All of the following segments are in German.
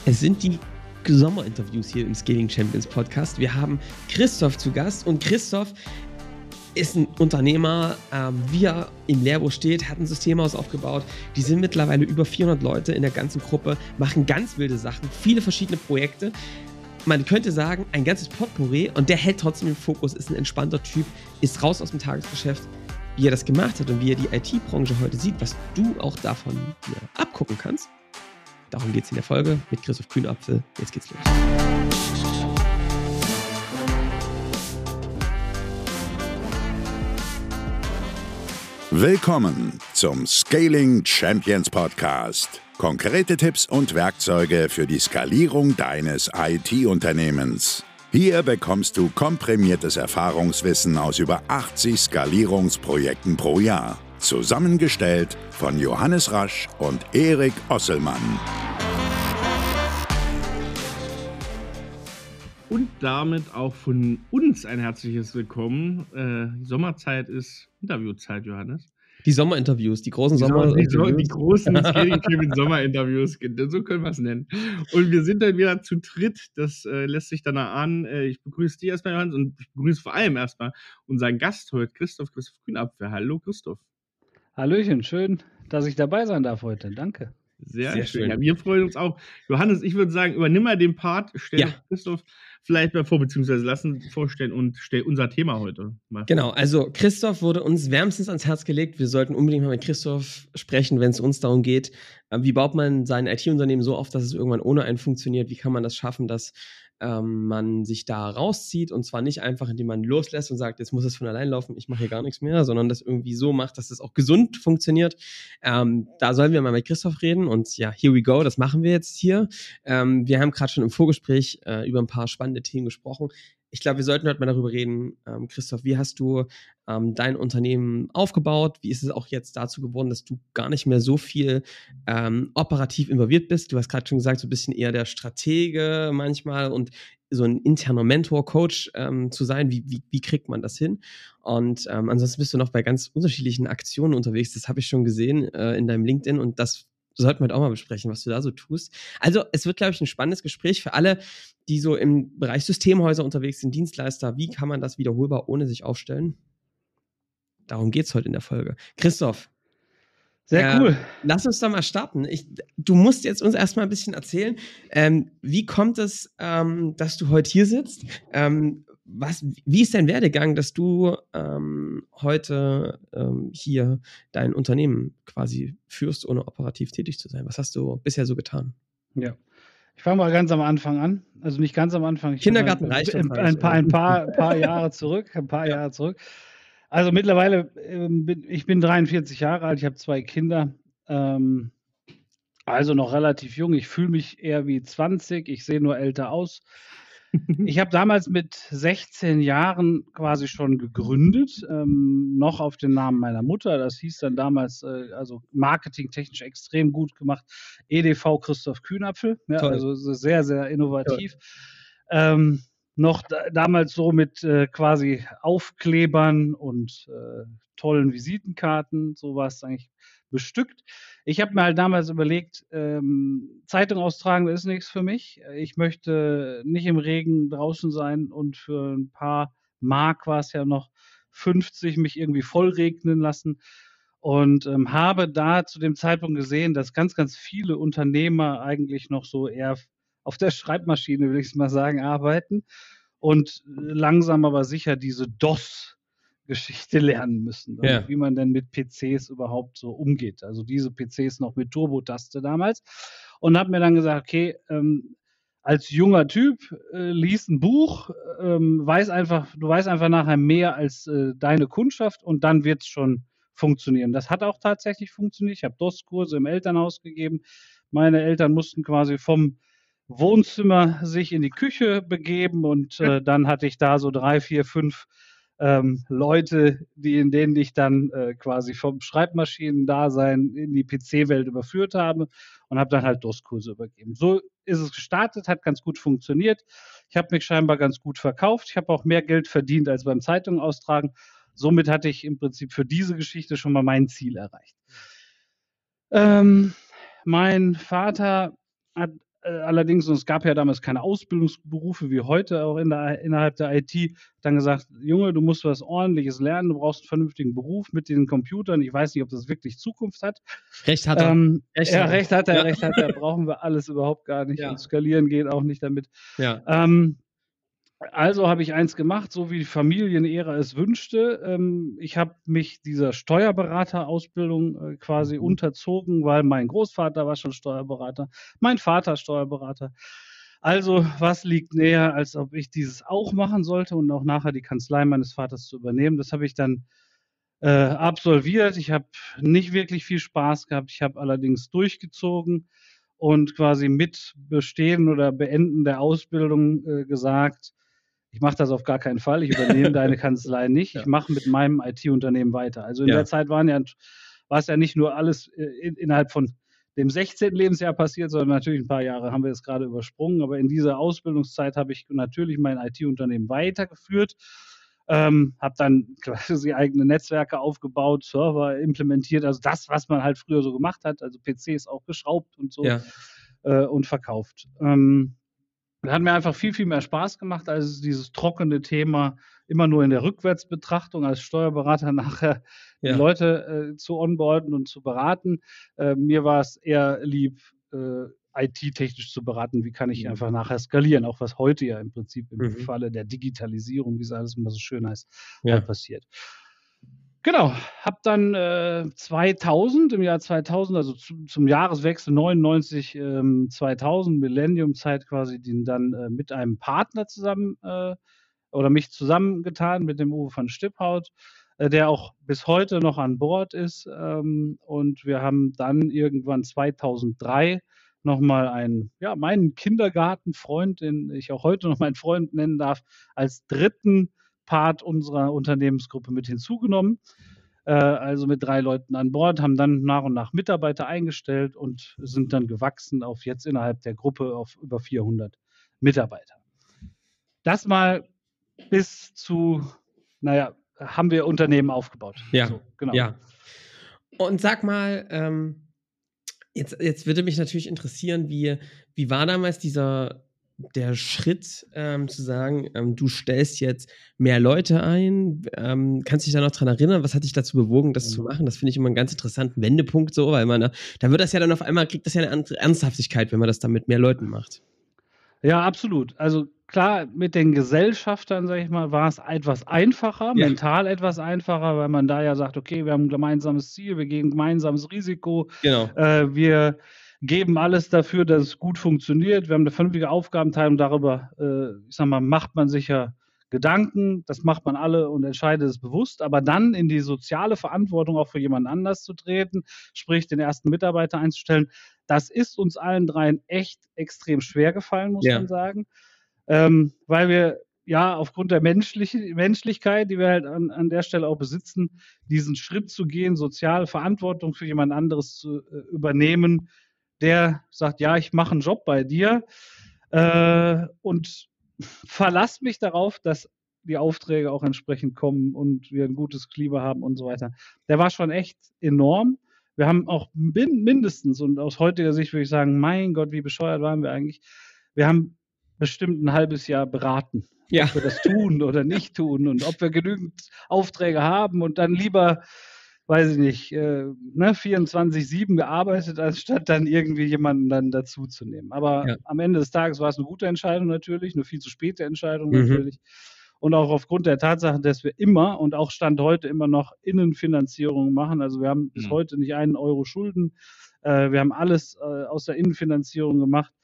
Es sind die Sommerinterviews hier im Scaling Champions Podcast. Wir haben Christoph zu Gast und Christoph ist ein Unternehmer, wie er in Lehrbuch steht, hat ein Systemhaus aufgebaut. Die sind mittlerweile über 400 Leute in der ganzen Gruppe, machen ganz wilde Sachen, viele verschiedene Projekte. Man könnte sagen, ein ganzes Potpourri und der hält trotzdem den Fokus, ist ein entspannter Typ, ist raus aus dem Tagesgeschäft. Wie er das gemacht hat und wie er die IT-Branche heute sieht, was du auch davon abgucken kannst. Darum geht es in der Folge mit Christoph Kühnapfel. Jetzt geht's los. Willkommen zum Scaling Champions Podcast. Konkrete Tipps und Werkzeuge für die Skalierung deines IT-Unternehmens. Hier bekommst du komprimiertes Erfahrungswissen aus über 80 Skalierungsprojekten pro Jahr. Zusammengestellt von Johannes Rasch und Erik Osselmann. Und damit auch von uns ein herzliches Willkommen. Die Sommerzeit ist Interviewzeit, Johannes. Die Sommerinterviews, die großen Sommerinterviews. Die großen Sommerinterviews, so können wir es nennen. Und wir sind dann wieder zu dritt, das lässt sich dann erahnen. Ich begrüße dich erstmal, Johannes, und ich begrüße vor allem erstmal unseren Gast heute, Christoph Kühnapfel. Hallo, Christoph. Hallöchen, schön, dass ich dabei sein darf heute. Danke. Sehr schön. Ja, wir freuen uns auch. Johannes, ich würde sagen, übernimm mal den Part, stell Christoph vielleicht mal vor, beziehungsweise lass uns vorstellen und stell unser Thema heute mal vor. Genau, also Christoph wurde uns wärmstens ans Herz gelegt. Wir sollten unbedingt mal mit Christoph sprechen, wenn es uns darum geht, wie baut man sein IT-Unternehmen so auf, dass es irgendwann ohne einen funktioniert? Wie kann man das schaffen, dass man sich da rauszieht und zwar nicht einfach, indem man loslässt und sagt, jetzt muss es von allein laufen, ich mache hier gar nichts mehr, sondern das irgendwie so macht, dass es auch gesund funktioniert. Da sollen wir mal mit Christoph reden und ja, here we go, das machen wir jetzt hier. Wir haben gerade schon im Vorgespräch über ein paar spannende Themen gesprochen. Ich glaube, wir sollten heute mal darüber reden, Christoph, wie hast du dein Unternehmen aufgebaut? Wie ist es auch jetzt dazu geworden, dass du gar nicht mehr so viel operativ involviert bist? Du hast gerade schon gesagt, so ein bisschen eher der Stratege manchmal und so ein interner Mentor, Coach zu sein. Wie kriegt man das hin? Und ansonsten bist du noch bei ganz unterschiedlichen Aktionen unterwegs. Das habe ich schon gesehen in deinem LinkedIn und das sollten wir heute auch mal besprechen, was du da so tust. Also es wird, glaube ich, ein spannendes Gespräch für alle, die so im Bereich Systemhäuser unterwegs sind, Dienstleister. Wie kann man das wiederholbar ohne sich aufstellen? Darum geht es heute in der Folge. Christoph. Sehr cool. Lass uns da mal starten. Du musst jetzt uns erstmal ein bisschen erzählen, wie kommt es, dass du heute hier sitzt? Wie ist dein Werdegang, dass du heute hier dein Unternehmen quasi führst, ohne operativ tätig zu sein? Was hast du bisher so getan? Ja, ich fange mal ganz am Anfang an. Also nicht ganz am Anfang. Kindergarten reicht ein paar Jahre zurück. Also mittlerweile, ich bin 43 Jahre alt, ich habe 2 Kinder. Also noch relativ jung. Ich fühle mich eher wie 20. Ich sehe nur älter aus. Ich habe damals mit 16 Jahren quasi schon gegründet, noch auf den Namen meiner Mutter. Das hieß dann damals, also marketingtechnisch extrem gut gemacht, EDV Christoph Kühnapfel. Ja, also sehr, sehr innovativ. Noch damals so mit quasi Aufklebern und tollen Visitenkarten, so war es eigentlich bestückt. Ich habe mir halt damals überlegt, Zeitung austragen ist nichts für mich. Ich möchte nicht im Regen draußen sein und für ein paar Mark war es ja noch 50 mich irgendwie vollregnen lassen und habe da zu dem Zeitpunkt gesehen, dass ganz, ganz viele Unternehmer eigentlich noch so eher auf der Schreibmaschine, will ich mal sagen, arbeiten und langsam aber sicher diese DOS-Geschichte lernen müssen, und wie man denn mit PCs überhaupt so umgeht. Also diese PCs noch mit Turbo-Taste damals. Und habe mir dann gesagt, okay, als junger Typ, lies ein Buch, du weißt einfach nachher mehr als deine Kundschaft und dann wird es schon funktionieren. Das hat auch tatsächlich funktioniert. Ich habe DOS-Kurse im Elternhaus gegeben. Meine Eltern mussten quasi vom Wohnzimmer sich in die Küche begeben und dann hatte ich da so 3, 4, 5 Leute, in denen ich dann quasi vom Schreibmaschinen-Dasein in die PC-Welt überführt habe und habe dann halt DOS-Kurse übergeben. So ist es gestartet, hat ganz gut funktioniert. Ich habe mich scheinbar ganz gut verkauft. Ich habe auch mehr Geld verdient als beim Zeitung austragen. Somit hatte ich im Prinzip für diese Geschichte schon mal mein Ziel erreicht. Mein Vater hat allerdings, und es gab ja damals keine Ausbildungsberufe wie heute auch innerhalb der IT, dann gesagt, Junge, du musst was Ordentliches lernen, du brauchst einen vernünftigen Beruf mit den Computern. Ich weiß nicht, ob das wirklich Zukunft hat. Recht hat er. Recht hat er. Brauchen wir alles überhaupt gar nicht. Ja. Und skalieren geht auch nicht damit. Ja. Also habe ich eins gemacht, so wie die Familienehre es wünschte. Ich habe mich dieser Steuerberaterausbildung quasi unterzogen, weil mein Großvater war schon Steuerberater, mein Vater Steuerberater. Also was liegt näher, als ob ich dieses auch machen sollte und auch nachher die Kanzlei meines Vaters zu übernehmen. Das habe ich dann absolviert. Ich habe nicht wirklich viel Spaß gehabt. Ich habe allerdings durchgezogen und quasi mit Bestehen oder Beenden der Ausbildung gesagt, ich mache das auf gar keinen Fall, ich übernehme deine Kanzlei nicht, ich mache mit meinem IT-Unternehmen weiter. Also in der Zeit war es ja nicht nur alles innerhalb von dem 16. Lebensjahr passiert, sondern natürlich ein paar Jahre haben wir es gerade übersprungen, aber in dieser Ausbildungszeit habe ich natürlich mein IT-Unternehmen weitergeführt, habe dann quasi eigene Netzwerke aufgebaut, Server implementiert, also das, was man halt früher so gemacht hat, also PCs auch geschraubt und so und verkauft. Das hat mir einfach viel, viel mehr Spaß gemacht, als dieses trockene Thema immer nur in der Rückwärtsbetrachtung als Steuerberater nachher die Leute zu onboarden und zu beraten. Mir war es eher lieb, IT-technisch zu beraten, wie kann ich einfach nachher skalieren, auch was heute ja im Prinzip im Falle der Digitalisierung, wie es alles immer so schön heißt, halt passiert. Genau, habe dann im Jahr 2000, also zum Jahreswechsel 99, 2000, Millennium-Zeit quasi, dann mit einem Partner zusammen oder mich zusammengetan mit dem Uwe van Stiphout, der auch bis heute noch an Bord ist. Und wir haben dann irgendwann 2003 nochmal meinen Kindergartenfreund, den ich auch heute noch meinen Freund nennen darf, als dritten Part unserer Unternehmensgruppe mit hinzugenommen, also mit 3 Leuten an Bord, haben dann nach und nach Mitarbeiter eingestellt und sind dann gewachsen auf jetzt innerhalb der Gruppe auf über 400 Mitarbeiter. Das mal bis zu, haben wir Unternehmen aufgebaut. Ja, so, genau. Ja. Und sag mal, jetzt würde mich natürlich interessieren, wie war damals der Schritt zu sagen, du stellst jetzt mehr Leute ein, kannst dich da noch dran erinnern, was hat dich dazu bewogen, das zu machen? Das finde ich immer einen ganz interessanten Wendepunkt so, weil da wird das ja dann auf einmal, kriegt das ja eine Ernsthaftigkeit, wenn man das dann mit mehr Leuten macht. Ja, absolut. Also klar, mit den Gesellschaftern, sage ich mal, war es etwas einfacher, mental etwas einfacher, weil man da ja sagt, okay, wir haben ein gemeinsames Ziel, wir gehen ein gemeinsames Risiko, wir geben alles dafür, dass es gut funktioniert. Wir haben eine vernünftige Aufgabenteilung darüber, macht man sich ja Gedanken, das macht man alle und entscheidet es bewusst, aber dann in die soziale Verantwortung auch für jemand anders zu treten, sprich den ersten Mitarbeiter einzustellen, das ist uns allen dreien echt extrem schwer gefallen, muss man sagen, weil wir aufgrund der Menschlichkeit, die wir halt an der Stelle auch besitzen, diesen Schritt zu gehen, soziale Verantwortung für jemand anderes zu übernehmen, der sagt, ja, ich mache einen Job bei dir und verlass mich darauf, dass die Aufträge auch entsprechend kommen und wir ein gutes Klima haben und so weiter. Der war schon echt enorm. Wir haben auch mindestens, und aus heutiger Sicht würde ich sagen, mein Gott, wie bescheuert waren wir eigentlich, wir haben bestimmt ein halbes Jahr beraten, ob wir das tun oder nicht tun und ob wir genügend Aufträge haben und dann lieber, weiß ich nicht, 24/7 gearbeitet, anstatt dann irgendwie jemanden dann dazu zu nehmen. Aber am Ende des Tages war es eine gute Entscheidung natürlich, eine viel zu späte Entscheidung natürlich. Und auch aufgrund der Tatsache, dass wir immer und auch Stand heute immer noch Innenfinanzierung machen. Also wir haben bis heute nicht einen Euro Schulden. Wir haben alles aus der Innenfinanzierung gemacht.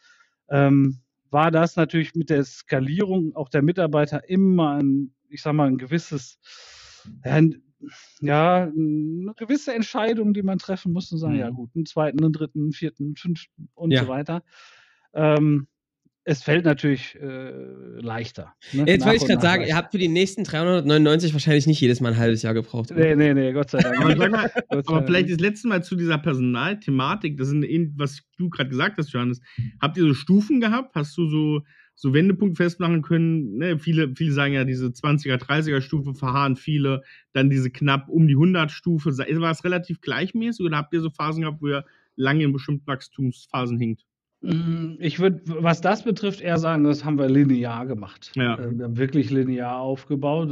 War das natürlich mit der Skalierung auch der Mitarbeiter immer ein gewisses, eine gewisse Entscheidung, die man treffen muss und sagen, ja gut, einen zweiten, einen dritten, einen vierten, einen fünften und so weiter. Es fällt natürlich leichter. Ne? Jetzt wollte ich gerade sagen, ihr habt für die nächsten 399 wahrscheinlich nicht jedes Mal ein halbes Jahr gebraucht. Nee, Gott sei Dank. Aber vielleicht das letzte Mal zu dieser Personalthematik, das ist was du gerade gesagt hast, Johannes. Habt ihr so Stufen gehabt? Hast du so Wendepunkt festmachen können? Ne? Viele sagen ja, diese 20er, 30er Stufe verharren viele, dann diese knapp um die 100 Stufe. War es relativ gleichmäßig oder habt ihr so Phasen gehabt, wo ihr lange in bestimmten Wachstumsphasen hinkt? Ich würde, was das betrifft, eher sagen, das haben wir linear gemacht. Ja. Wir haben wirklich linear aufgebaut.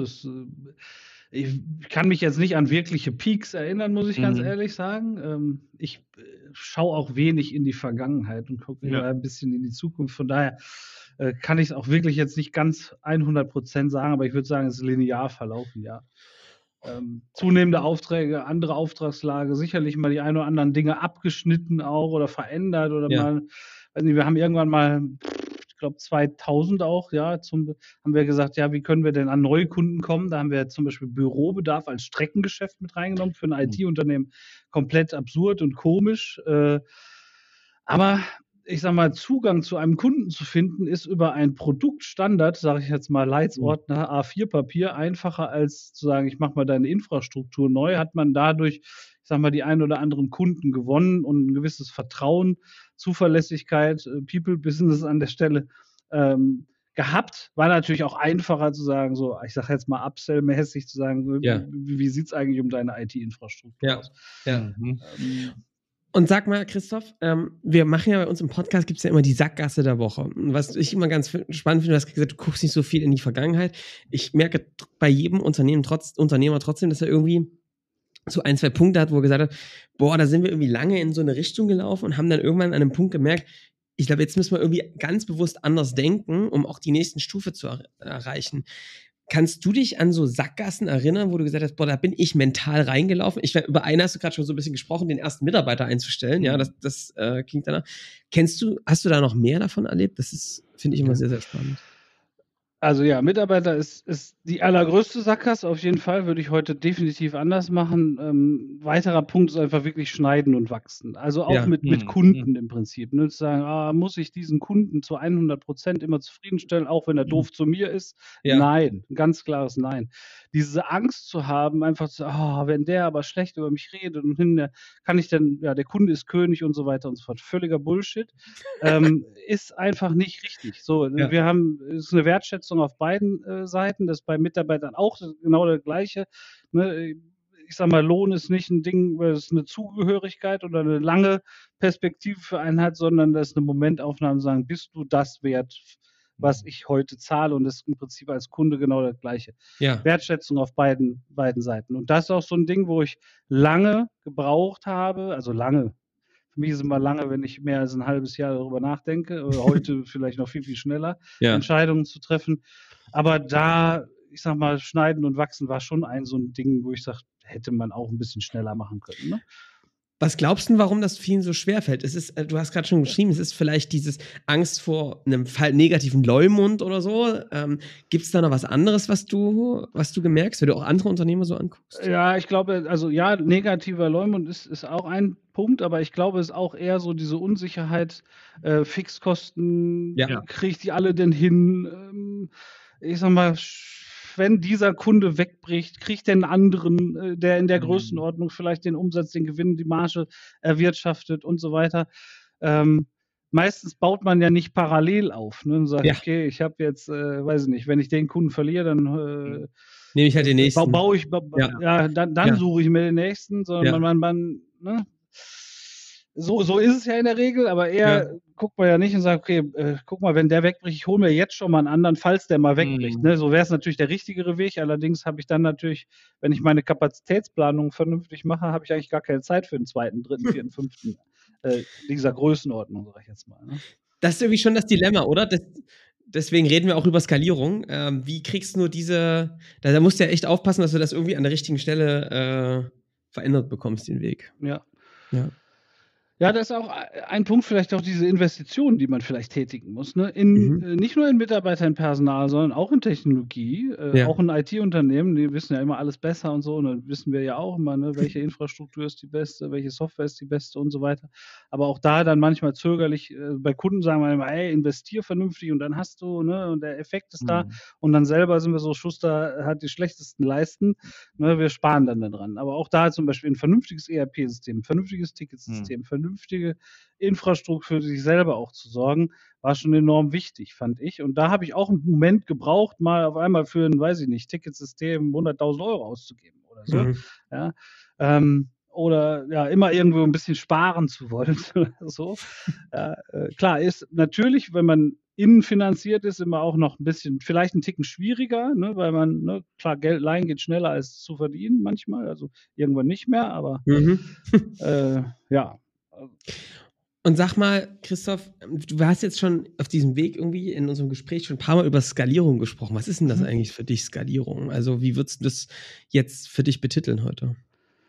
Ich kann mich jetzt nicht an wirkliche Peaks erinnern, muss ich ganz ehrlich sagen. Ich schaue auch wenig in die Vergangenheit und gucke immer ein bisschen in die Zukunft. Von daher kann ich es auch wirklich jetzt nicht ganz 100% sagen, aber ich würde sagen, es ist linear verlaufen, ja. Zunehmende Aufträge, andere Auftragslage, sicherlich mal die ein oder anderen Dinge abgeschnitten auch oder verändert oder mal, weiß nicht, wir haben irgendwann mal, ich glaube 2000 auch, ja, haben wir gesagt, ja, wie können wir denn an neue Kunden kommen? Da haben wir zum Beispiel Bürobedarf als Streckengeschäft mit reingenommen für ein IT-Unternehmen. Komplett absurd und komisch. Aber ich sag mal, Zugang zu einem Kunden zu finden, ist über ein Produktstandard, sage ich jetzt mal, Leitsordner, A4-Papier, einfacher als zu sagen, ich mache mal deine Infrastruktur neu. Hat man dadurch, ich sag mal, die ein oder anderen Kunden gewonnen und ein gewisses Vertrauen, Zuverlässigkeit, People-Business an der Stelle gehabt. War natürlich auch einfacher zu sagen, so, ich sage jetzt mal Upsell-mäßig zu sagen, wie sieht es eigentlich um deine IT-Infrastruktur aus? Ja. Und sag mal, Christoph, wir machen ja bei uns im Podcast, gibt es ja immer die Sackgasse der Woche. Was ich immer ganz spannend finde, du hast gesagt, du guckst nicht so viel in die Vergangenheit. Ich merke bei jedem Unternehmer trotzdem, dass er irgendwie so 1, 2 Punkte hat, wo er gesagt hat, boah, da sind wir irgendwie lange in so eine Richtung gelaufen und haben dann irgendwann an einem Punkt gemerkt, ich glaube, jetzt müssen wir irgendwie ganz bewusst anders denken, um auch die nächsten Stufe zu erreichen. Kannst du dich an so Sackgassen erinnern, wo du gesagt hast, boah, da bin ich mental reingelaufen? Über einen hast du gerade schon so ein bisschen gesprochen, den ersten Mitarbeiter einzustellen. Ja, das klingt danach. Hast du da noch mehr davon erlebt? Das finde ich immer sehr, sehr spannend. Also ja, Mitarbeiter ist die allergrößte Sackgasse. Auf jeden Fall würde ich heute definitiv anders machen. Weiterer Punkt ist einfach wirklich schneiden und wachsen. Also auch mit Kunden im Prinzip. Ne? Zu sagen, muss ich diesen Kunden zu 100% immer zufriedenstellen, auch wenn er doof zu mir ist? Ja. Nein, ein ganz klares Nein. Diese Angst zu haben, einfach zu sagen, wenn der aber schlecht über mich redet und kann ich denn, der Kunde ist König und so weiter und so fort. Völliger Bullshit. Ist einfach nicht richtig. So, es ist eine Wertschätzung auf beiden Seiten, das ist bei Mitarbeitern auch genau das Gleiche. Ne? Ich sag mal, Lohn ist nicht ein Ding, es ist eine Zugehörigkeit oder eine lange Perspektive für einen hat, sondern das ist eine Momentaufnahme, sagen, bist du das wert, was ich heute zahle, und das ist im Prinzip als Kunde genau das Gleiche. Ja. Wertschätzung auf beiden Seiten. Und das ist auch so ein Ding, wo ich lange gebraucht habe, also lange. Für mich ist es immer lange, wenn ich mehr als ein halbes Jahr darüber nachdenke, oder heute vielleicht noch viel, viel schneller, Entscheidungen zu treffen. Aber da, ich sag mal, schneiden und wachsen war schon so ein Ding, wo ich sage, hätte man auch ein bisschen schneller machen können. Ne? Was glaubst du, warum das vielen so schwerfällt? Du hast gerade schon geschrieben, es ist vielleicht dieses Angst vor einem negativen Leumund oder so. Gibt es da noch was anderes, was du gemerkt hast, wenn du auch andere Unternehmer so anguckst? Ja, ich glaube, also ja, negativer Leumund ist auch ein Punkt, aber ich glaube, es ist auch eher so diese Unsicherheit, Fixkosten, kriege ich die alle denn hin? Ich sag mal, wenn dieser Kunde wegbricht, kriegt der einen anderen, der in der Größenordnung vielleicht den Umsatz, den Gewinn, die Marge erwirtschaftet und so weiter. Meistens baut man ja nicht parallel auf, ne, und sagt, okay, ich habe jetzt, weiß ich nicht, wenn ich den Kunden verliere, dann nehme ich halt den nächsten. Dann suche ich mir den nächsten, sondern man ne? So ist es ja in der Regel, aber eher guckt man ja nicht und sagt, okay, guck mal, wenn der wegbricht, ich hole mir jetzt schon mal einen anderen, falls der mal wegbricht. Ne? So wäre es natürlich der richtigere Weg. Allerdings habe ich dann natürlich, wenn ich meine Kapazitätsplanung vernünftig mache, habe ich eigentlich gar keine Zeit für den 2., 3., 4., 5. Dieser Größenordnung, sage ich jetzt mal. Ne? Das ist irgendwie schon das Dilemma, oder? Deswegen reden wir auch über Skalierung. Wie kriegst du da musst du ja echt aufpassen, dass du das irgendwie an der richtigen Stelle verändert bekommst, den Weg. Ja, das ist auch ein Punkt, vielleicht auch diese Investitionen, die man vielleicht tätigen muss. Ne? Nicht nur in Mitarbeiter, in Personal, sondern auch in Technologie. Auch in IT-Unternehmen, die wissen ja immer alles besser und so. Und dann wissen wir ja auch immer, ne, welche Infrastruktur ist die beste, welche Software ist die beste und so weiter. Aber auch da dann manchmal zögerlich, bei Kunden sagen wir immer, investier vernünftig und dann hast du, ne, und der Effekt ist da. Und dann selber sind wir so, Schuster hat die schlechtesten Leisten. Ne, wir sparen dann dran. Aber auch da zum Beispiel ein vernünftiges ERP-System, ein vernünftiges Ticketsystem, vernünftige Infrastruktur für sich selber auch zu sorgen, war schon enorm wichtig, fand ich. Und da habe ich auch einen Moment gebraucht, mal auf einmal für ein, weiß ich nicht, Ticketsystem 100.000 € auszugeben oder so. Ja. oder ja, immer irgendwo ein bisschen sparen zu wollen. So. Ja, klar, ist natürlich, wenn man innenfinanziert ist, immer auch noch ein bisschen, vielleicht ein Ticken schwieriger, ne, weil man, ne, klar, Geld leihen geht schneller als zu verdienen manchmal, also irgendwann nicht mehr, aber Mhm. ja. Und sag mal, Christoph, du hast jetzt schon auf diesem Weg irgendwie in unserem Gespräch schon ein paar Mal über Skalierung gesprochen. Was ist denn das eigentlich für dich, Skalierung? Also wie würdest du das jetzt für dich betiteln heute?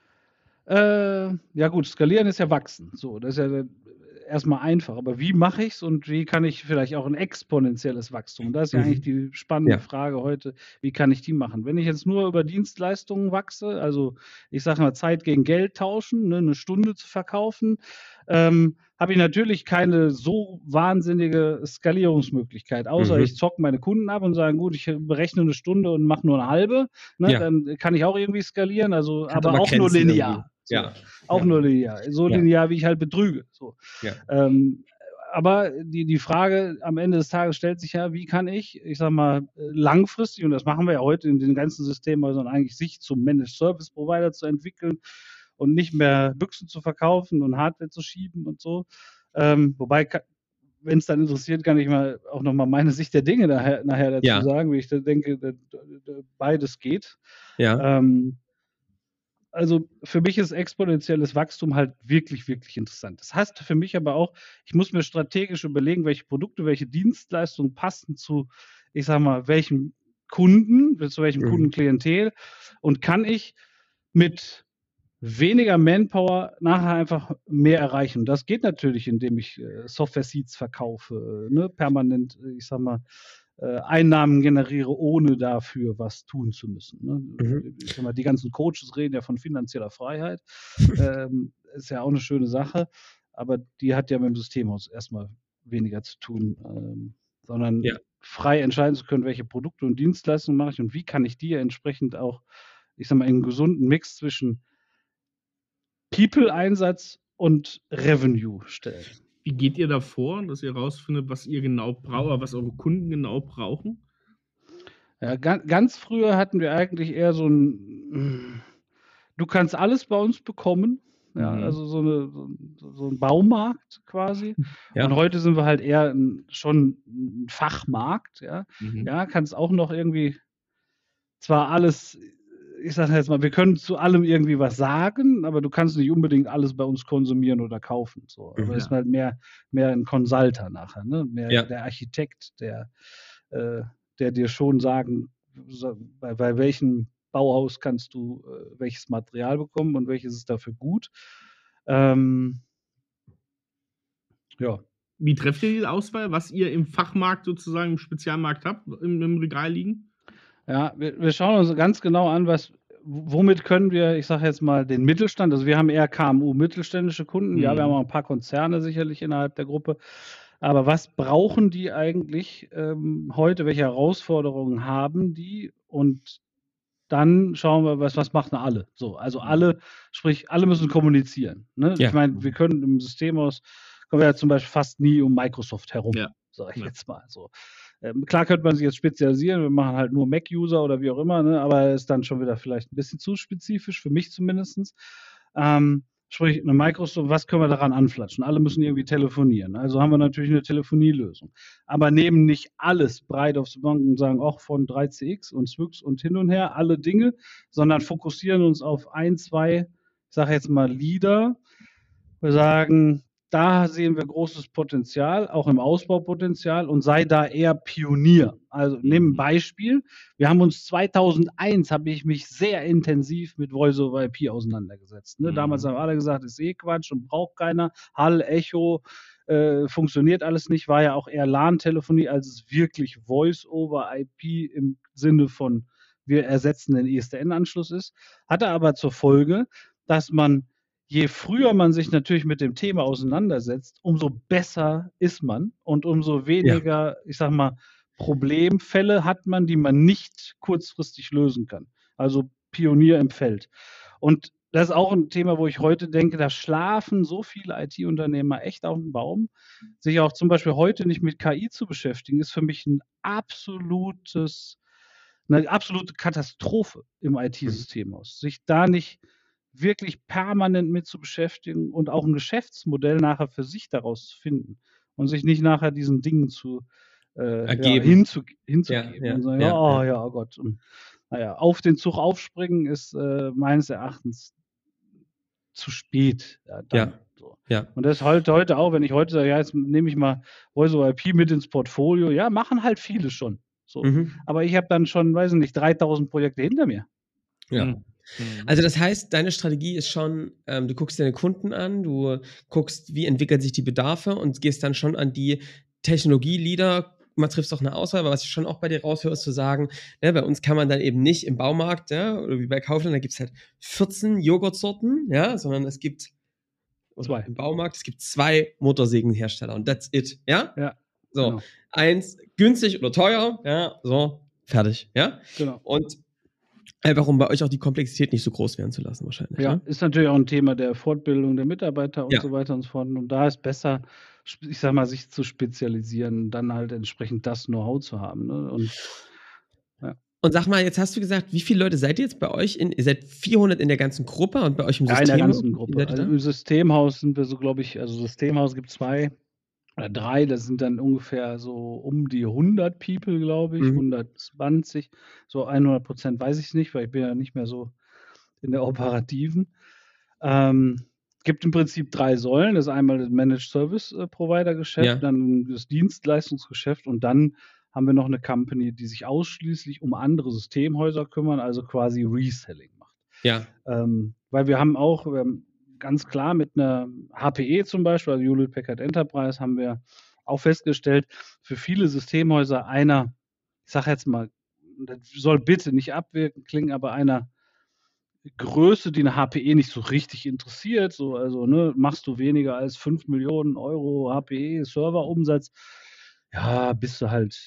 Ja gut, skalieren ist ja wachsen. So, das ist ja erstmal einfach. Aber wie mache ich es und wie kann ich vielleicht auch ein exponentielles Wachstum? Und das ist ja eigentlich die spannende Ja. Frage heute, wie kann ich die machen? Wenn ich jetzt nur über Dienstleistungen wachse, also ich sage mal Zeit gegen Geld tauschen, ne, eine Stunde zu verkaufen, habe ich natürlich keine so wahnsinnige Skalierungsmöglichkeit, außer ich zocke meine Kunden ab und sage, gut, ich berechne eine Stunde und mache nur eine halbe, ne, Ja. dann kann ich auch irgendwie skalieren, also, Hat aber aber auch nur Grenzen linear. irgendwie. So, Ja. auch Ja. nur linear. So Ja. linear, wie ich halt betrüge. So. Ja. Aber die Frage am Ende des Tages stellt sich ja, wie kann ich sag mal, langfristig, und das machen wir ja heute in den ganzen Systemhäusern eigentlich, sich zum Managed Service Provider zu entwickeln und nicht mehr Büchsen zu verkaufen und Hardware zu schieben und so. Wobei, wenn es dann interessiert, kann ich mal auch nochmal meine Sicht der Dinge nachher dazu Ja. sagen, wie ich da denke, beides geht. Ja. Also für mich ist exponentielles Wachstum halt wirklich, wirklich interessant. Das heißt für mich aber auch, ich muss mir strategisch überlegen, welche Produkte, welche Dienstleistungen passen zu, ich sag mal, welchem Kunden, zu welchem Kundenklientel, und kann ich mit weniger Manpower nachher einfach mehr erreichen. Das geht natürlich, indem ich Software-Seeds verkaufe, ne, permanent, ich sag mal, Einnahmen generiere, ohne dafür was tun zu müssen. Ne? Ich sag mal, die ganzen Coaches reden ja von finanzieller Freiheit. Ist ja auch eine schöne Sache, aber die hat ja mit dem Systemhaus erstmal weniger zu tun, sondern frei entscheiden zu können, welche Produkte und Dienstleistungen mache ich und wie kann ich die entsprechend auch, ich sag mal, in einen gesunden Mix zwischen People-Einsatz und Revenue stellen. Wie geht ihr da vor, dass ihr rausfindet, was ihr genau braucht, was eure Kunden genau brauchen? Ja, ganz früher hatten wir eigentlich eher so ein, du kannst alles bei uns bekommen, ja, also so ein Baumarkt quasi. Ja. Und heute sind wir halt eher schon ein Fachmarkt, ja. Ja, kannst auch noch irgendwie zwar alles, ich sage jetzt mal, wir können zu allem irgendwie was sagen, aber du kannst nicht unbedingt alles bei uns konsumieren oder kaufen. So. Aber es ist halt mehr ein Consulter nachher, ne? Mehr der Architekt, der dir schon sagen, bei welchem Bauhaus kannst du welches Material bekommen und welches ist dafür gut. Ja. Wie trefft ihr die Auswahl, was ihr im Fachmarkt sozusagen, im Spezialmarkt habt, im Regal liegen? Ja, wir schauen uns ganz genau an, womit können wir, ich sage jetzt mal, den Mittelstand, also wir haben eher KMU, mittelständische Kunden, ja, wir haben auch ein paar Konzerne sicherlich innerhalb der Gruppe, aber was brauchen die eigentlich heute, welche Herausforderungen haben die, und dann schauen wir, was machen alle. So, also alle, sprich, alle müssen kommunizieren. Ne? Ja. Ich meine, wir können im Systemhaus, kommen wir ja zum Beispiel fast nie um Microsoft herum, sage ich jetzt mal so. Klar könnte man sich jetzt spezialisieren, wir machen halt nur Mac-User oder wie auch immer, ne? Aber ist dann schon wieder vielleicht ein bisschen zu spezifisch, für mich zumindest. Sprich, eine Microsoft, was können wir daran anflatschen? Alle müssen irgendwie telefonieren. Also haben wir natürlich eine Telefonielösung. Aber nehmen nicht alles breit aufs Bank und sagen, auch von 3CX und Swix und hin und her, alle Dinge, sondern fokussieren uns auf ein, zwei, ich sage jetzt mal Leader. Wir sagen, da sehen wir großes Potenzial, auch im Ausbaupotenzial, und sei da eher Pionier. Also nehmen ein Beispiel. Wir haben uns 2001, habe ich mich sehr intensiv mit Voice over IP auseinandergesetzt. Ne? Damals haben alle gesagt, ist eh Quatsch und braucht keiner. Hall, Echo, funktioniert alles nicht. War ja auch eher LAN-Telefonie, als es wirklich Voice over IP im Sinne von wir ersetzen den ISDN-Anschluss ist. Hatte aber zur Folge, dass man, je früher man sich natürlich mit dem Thema auseinandersetzt, umso besser ist man und umso weniger, ich sag mal, Problemfälle hat man, die man nicht kurzfristig lösen kann. Also Pionier im Feld. Und das ist auch ein Thema, wo ich heute denke, da schlafen so viele IT-Unternehmer echt auf dem Baum. Sich auch zum Beispiel heute nicht mit KI zu beschäftigen, ist für mich eine absolute Katastrophe im IT-Systemhaus. Sich da nicht wirklich permanent mit zu beschäftigen und auch ein Geschäftsmodell nachher für sich daraus zu finden und sich nicht nachher diesen Dingen Ergeben. hinzugeben Ja, und sagen, ja, oh ja. ja, oh Gott. Und naja, auf den Zug aufspringen ist meines Erachtens zu spät. Ja, dann, Ja. so. Ja. Und das halt heute auch, wenn ich heute sage, ja, jetzt nehme ich mal Voice over IP mit ins Portfolio, ja, machen halt viele schon. So. Aber ich habe dann schon, weiß ich nicht, 3000 Projekte hinter mir. Ja. Also das heißt, deine Strategie ist schon, du guckst deine Kunden an, du guckst, wie entwickeln sich die Bedarfe und gehst dann schon an die Technologie-Leader. Man trifft auch eine Auswahl, aber was ich schon auch bei dir raushöre, ist zu sagen, ne, bei uns kann man dann eben nicht im Baumarkt, ja, oder wie bei Kaufland, da gibt es halt 14 Joghurtsorten, ja, sondern es gibt im Baumarkt, es gibt 2 Motorsägenhersteller und that's it, ja? Ja. So, Genau. eins günstig oder teuer, ja, so, fertig, ja? Genau. Und einfach, um bei euch auch die Komplexität nicht so groß werden zu lassen, wahrscheinlich. Ja, Ne? ist natürlich auch ein Thema der Fortbildung der Mitarbeiter und Ja. so weiter und so fort. Und da ist besser, ich sag mal, sich zu spezialisieren, dann halt entsprechend das Know-how zu haben. Ne? Und sag mal, jetzt hast du gesagt, wie viele Leute seid ihr jetzt bei euch? Ihr seid 400 in der ganzen Gruppe und bei euch im Ja, System? in der ganzen Gruppe. Also im Systemhaus sind wir so, glaube ich, also Systemhaus gibt 2 oder 3, das sind dann ungefähr so um die 100 People, glaube ich, 120, so 100% weiß ich nicht, weil ich bin ja nicht mehr so in der Operativen. Gibt im Prinzip 3 Säulen. Das ist einmal das Managed Service Provider Geschäft, dann das Dienstleistungsgeschäft und dann haben wir noch eine Company, die sich ausschließlich um andere Systemhäuser kümmern, also quasi Reselling macht. Ja. Weil wir haben ganz klar mit einer HPE zum Beispiel, also Hewlett Packard Enterprise, haben wir auch festgestellt, für viele Systemhäuser ich sage jetzt mal, das soll bitte nicht abwirkend klingen, aber einer Größe, die eine HPE nicht so richtig interessiert, so, also ne, machst du weniger als 5 Millionen Euro HPE Serverumsatz, ja, bist du halt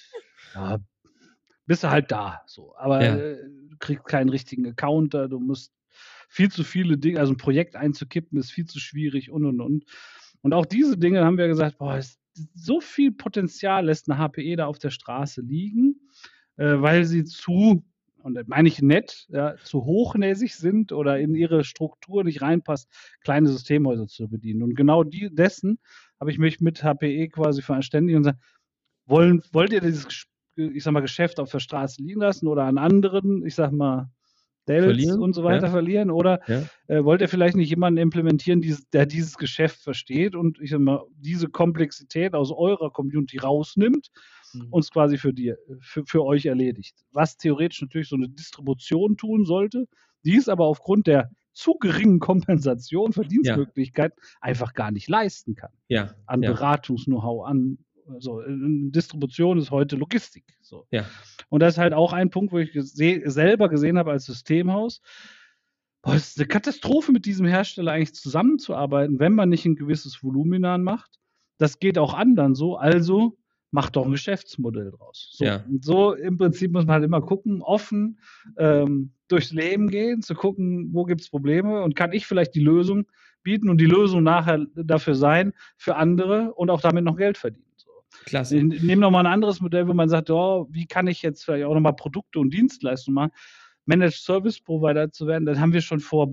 da, so. Aber du kriegst keinen richtigen Accounter, du musst viel zu viele Dinge, also ein Projekt einzukippen ist viel zu schwierig und. Und auch diese Dinge haben wir gesagt, so viel Potenzial lässt eine HPE da auf der Straße liegen, weil sie und das meine ich nett, ja, zu hochnäsig sind oder in ihre Struktur nicht reinpasst, kleine Systemhäuser zu bedienen. Und genau dessen habe ich mich mit HPE quasi verständigt und gesagt, wollt ihr dieses, ich sag mal, Geschäft auf der Straße liegen lassen oder an anderen, ich sag mal, Dells und so weiter verlieren? Oder wollt ihr vielleicht nicht jemanden implementieren, der dieses Geschäft versteht und ich sag mal, diese Komplexität aus eurer Community rausnimmt und es quasi für euch erledigt? Was theoretisch natürlich so eine Distribution tun sollte, die es aber aufgrund der zu geringen Kompensation, Verdienstmöglichkeiten einfach gar nicht leisten kann. An Beratungs-Know-how, Distribution ist heute Logistik. So. Ja. Und das ist halt auch ein Punkt, wo ich selber gesehen habe als Systemhaus, es ist eine Katastrophe, mit diesem Hersteller eigentlich zusammenzuarbeiten, wenn man nicht ein gewisses Voluminan macht. Das geht auch anderen so, also macht doch ein Geschäftsmodell draus. So, und so im Prinzip muss man halt immer gucken, offen durchs Leben gehen, zu gucken, wo gibt es Probleme und kann ich vielleicht die Lösung bieten und die Lösung nachher dafür sein, für andere und auch damit noch Geld verdienen. Klasse. Ich nehme nochmal ein anderes Modell, wo man sagt, wie kann ich jetzt vielleicht auch nochmal Produkte und Dienstleistungen machen, Managed Service Provider zu werden. Das haben wir schon vor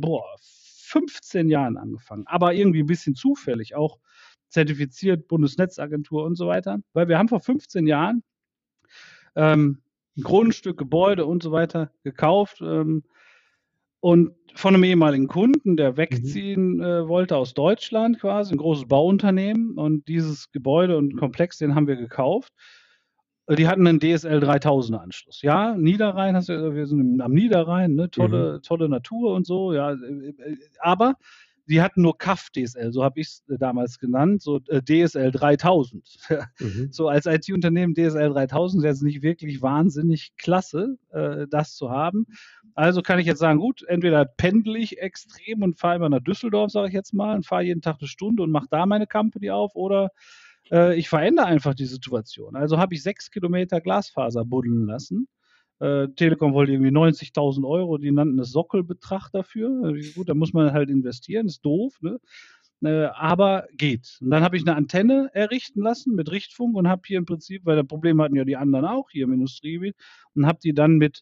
15 Jahren angefangen, aber irgendwie ein bisschen zufällig, auch zertifiziert, Bundesnetzagentur und so weiter, weil wir haben vor 15 Jahren ein Grundstück, Gebäude und so weiter gekauft und von einem ehemaligen Kunden, der wegziehen wollte aus Deutschland quasi, ein großes Bauunternehmen und dieses Gebäude und Komplex, den haben wir gekauft. Die hatten einen DSL 3000 Anschluss. Ja, Niederrhein, wir sind am Niederrhein, ne, tolle Natur und so, ja, aber die hatten nur CAF DSL, so habe ich es damals genannt, so DSL 3000. So als IT-Unternehmen DSL 3000 ist jetzt nicht wirklich wahnsinnig klasse, das zu haben. Also kann ich jetzt sagen, gut, entweder pendel ich extrem und fahre immer nach Düsseldorf, sage ich jetzt mal, und fahre jeden Tag eine Stunde und mache da meine Company auf, oder ich verändere einfach die Situation. Also habe ich 6 Kilometer Glasfaser buddeln lassen. Telekom wollte irgendwie 90.000 Euro, die nannten es Sockelbetrag dafür. Gut, da muss man halt investieren, ist doof, ne? Aber geht. Und dann habe ich eine Antenne errichten lassen mit Richtfunk und habe hier im Prinzip, weil das Problem hatten ja die anderen auch hier im Industriegebiet, und habe die dann mit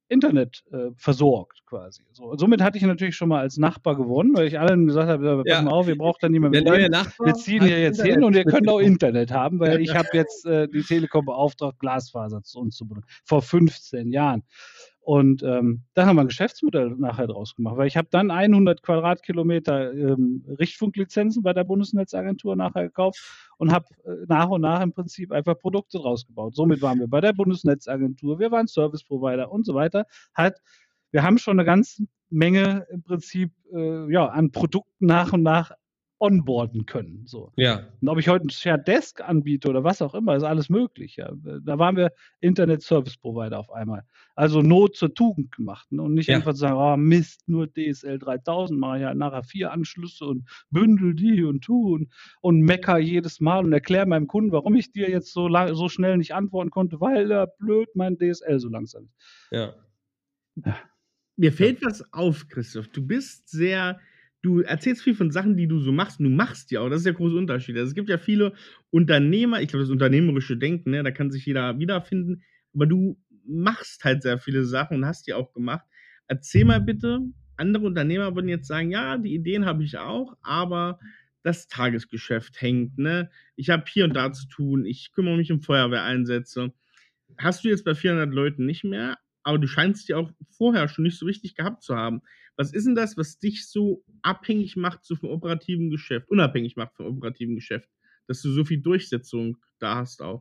Internet versorgt quasi. So, und somit hatte ich natürlich schon mal als Nachbar gewonnen, weil ich allen gesagt habe, pass mal auf, ihr braucht da niemand Der mit neue rein. Nachbar Wir ziehen hat hier jetzt Internet hin und ihr könnt auch mitbekommen. Internet haben, weil ich habe jetzt die Telekom beauftragt, Glasfaser zu uns zu benutzen. Vor 15 Jahren. Und da haben wir ein Geschäftsmodell nachher draus gemacht, weil ich habe dann 100 Quadratkilometer Richtfunklizenzen bei der Bundesnetzagentur nachher gekauft und habe nach und nach im Prinzip einfach Produkte draus gebaut. Somit waren wir bei der Bundesnetzagentur, wir waren Service Provider und so weiter. Wir haben schon eine ganze Menge im Prinzip an Produkten nach und nach onboarden können. So. Ja. Und ob ich heute ein Shared Desk anbiete oder was auch immer, ist alles möglich. Ja. Da waren wir Internet Service Provider auf einmal. Also Not zur Tugend gemacht. Ne? Und nicht Ja. einfach zu sagen, oh Mist, nur DSL 3000, mache ich halt nachher 4 Anschlüsse und bündel die und tu und mecker jedes Mal und erkläre meinem Kunden, warum ich dir jetzt so schnell nicht antworten konnte, weil blöd mein DSL so langsam ist. Ja. Mir fällt was auf, Christoph. Du erzählst viel von Sachen, die du so machst. Und du machst ja auch. Das ist der große Unterschied. Also es gibt ja viele Unternehmer, ich glaube, das unternehmerische Denken, ne, da kann sich jeder wiederfinden. Aber du machst halt sehr viele Sachen und hast die auch gemacht. Erzähl mal bitte, andere Unternehmer würden jetzt sagen, ja, die Ideen habe ich auch, aber das Tagesgeschäft hängt, ne? Ich habe hier und da zu tun, ich kümmere mich um Feuerwehreinsätze. Hast du jetzt bei 400 Leuten nicht mehr, aber du scheinst die auch vorher schon nicht so richtig gehabt zu haben. Was ist denn das, was dich so abhängig macht vom operativen Geschäft, unabhängig macht vom operativen Geschäft, dass du so viel Durchsetzung da hast auch?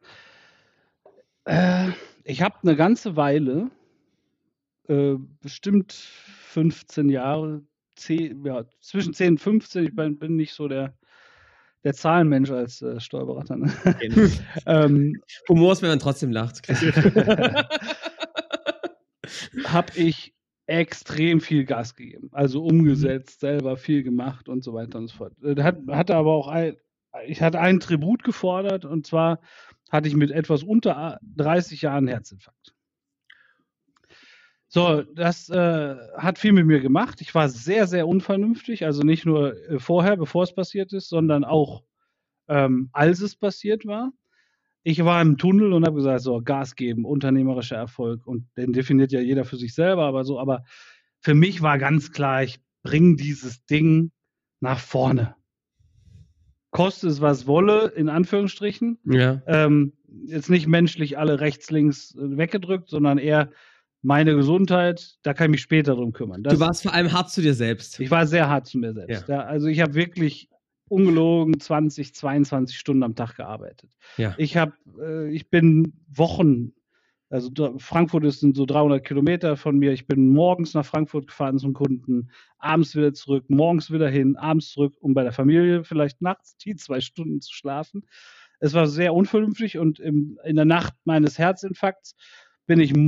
Ich habe eine ganze Weile, bestimmt 15 Jahre, zwischen 10 und 15, ich bin nicht so der Zahlenmensch als Steuerberater. Ne? Humor ist, wenn man trotzdem lacht. Habe ich extrem viel Gas gegeben, also umgesetzt, selber viel gemacht und so weiter und so fort. Hatte aber auch ich hatte einen Tribut gefordert, und zwar hatte ich mit etwas unter 30 Jahren Herzinfarkt. So, das hat viel mit mir gemacht. Ich war sehr, sehr unvernünftig, also nicht nur vorher, bevor es passiert ist, sondern auch als es passiert war. Ich war im Tunnel und habe gesagt, so, Gas geben, unternehmerischer Erfolg, und den definiert ja jeder für sich selber, aber für mich war ganz klar, ich bringe dieses Ding nach vorne. Koste es, was wolle, in Anführungsstrichen. Ja. Jetzt nicht menschlich alle rechts, links weggedrückt, sondern eher meine Gesundheit, da kann ich mich später drum kümmern. Du warst vor allem hart zu dir selbst. Ich war sehr hart zu mir selbst. Ja. Also ich habe wirklich ungelogen 20, 22 Stunden am Tag gearbeitet. Ja. Ich bin Wochen, also Frankfurt sind so 300 Kilometer von mir. Ich bin morgens nach Frankfurt gefahren zum Kunden, abends wieder zurück, morgens wieder hin, abends zurück, um bei der Familie vielleicht nachts die 2 Stunden zu schlafen. Es war sehr unvernünftig, und in der Nacht meines Herzinfarkts bin ich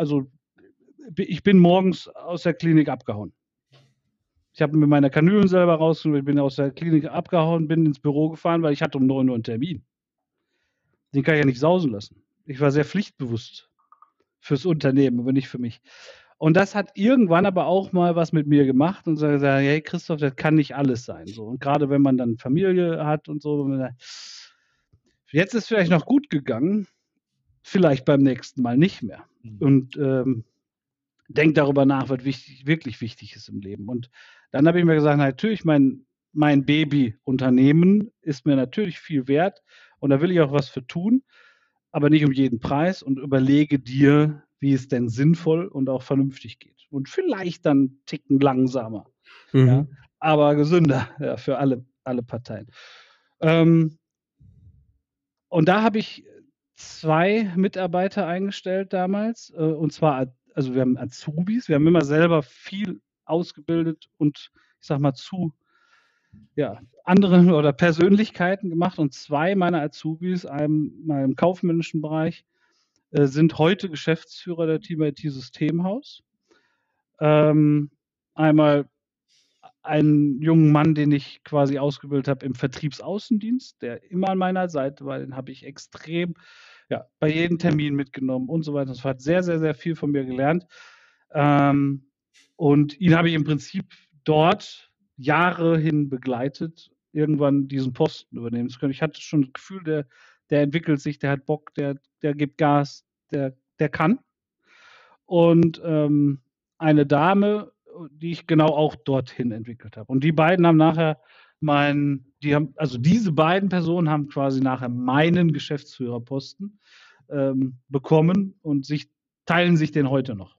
bin morgens aus der Klinik abgehauen. Ich habe mir meine Kanülen selber rausgenommen, ich bin aus der Klinik abgehauen, bin ins Büro gefahren, weil ich hatte um 9 Uhr einen Termin. Den kann ich ja nicht sausen lassen. Ich war sehr pflichtbewusst fürs Unternehmen, aber nicht für mich. Und das hat irgendwann aber auch mal was mit mir gemacht und so gesagt, hey Christoph, das kann nicht alles sein. So. Und gerade wenn man dann Familie hat und so, jetzt ist vielleicht noch gut gegangen, vielleicht beim nächsten Mal nicht mehr. Und denk darüber nach, was wirklich wichtig ist im Leben. Und dann habe ich mir gesagt, natürlich, mein Baby-Unternehmen ist mir natürlich viel wert, und da will ich auch was für tun, aber nicht um jeden Preis, und überlege dir, wie es denn sinnvoll und auch vernünftig geht. Und vielleicht dann einen Ticken langsamer, ja, aber gesünder, ja, für alle Parteien. Und da habe ich 2 Mitarbeiter eingestellt damals, und zwar, also wir haben Azubis, wir haben immer selber viel ausgebildet und ich sag mal anderen oder Persönlichkeiten gemacht, und 2 meiner Azubis, mal im kaufmännischen Bereich, sind heute Geschäftsführer der Team IT Systemhaus. Einmal einen jungen Mann, den ich quasi ausgebildet habe im Vertriebsaußendienst, der immer an meiner Seite war, den habe ich extrem bei jedem Termin mitgenommen und so weiter. Das hat sehr, sehr, sehr viel von mir gelernt. Und ihn habe ich im Prinzip dort Jahre hin begleitet, irgendwann diesen Posten übernehmen zu können. Ich hatte schon das Gefühl, der entwickelt sich, der hat Bock, der gibt Gas, der kann. und eine Dame, die ich genau auch dorthin entwickelt habe. Und die beiden haben nachher diese beiden Personen haben quasi nachher meinen Geschäftsführerposten bekommen und teilen sich den heute noch.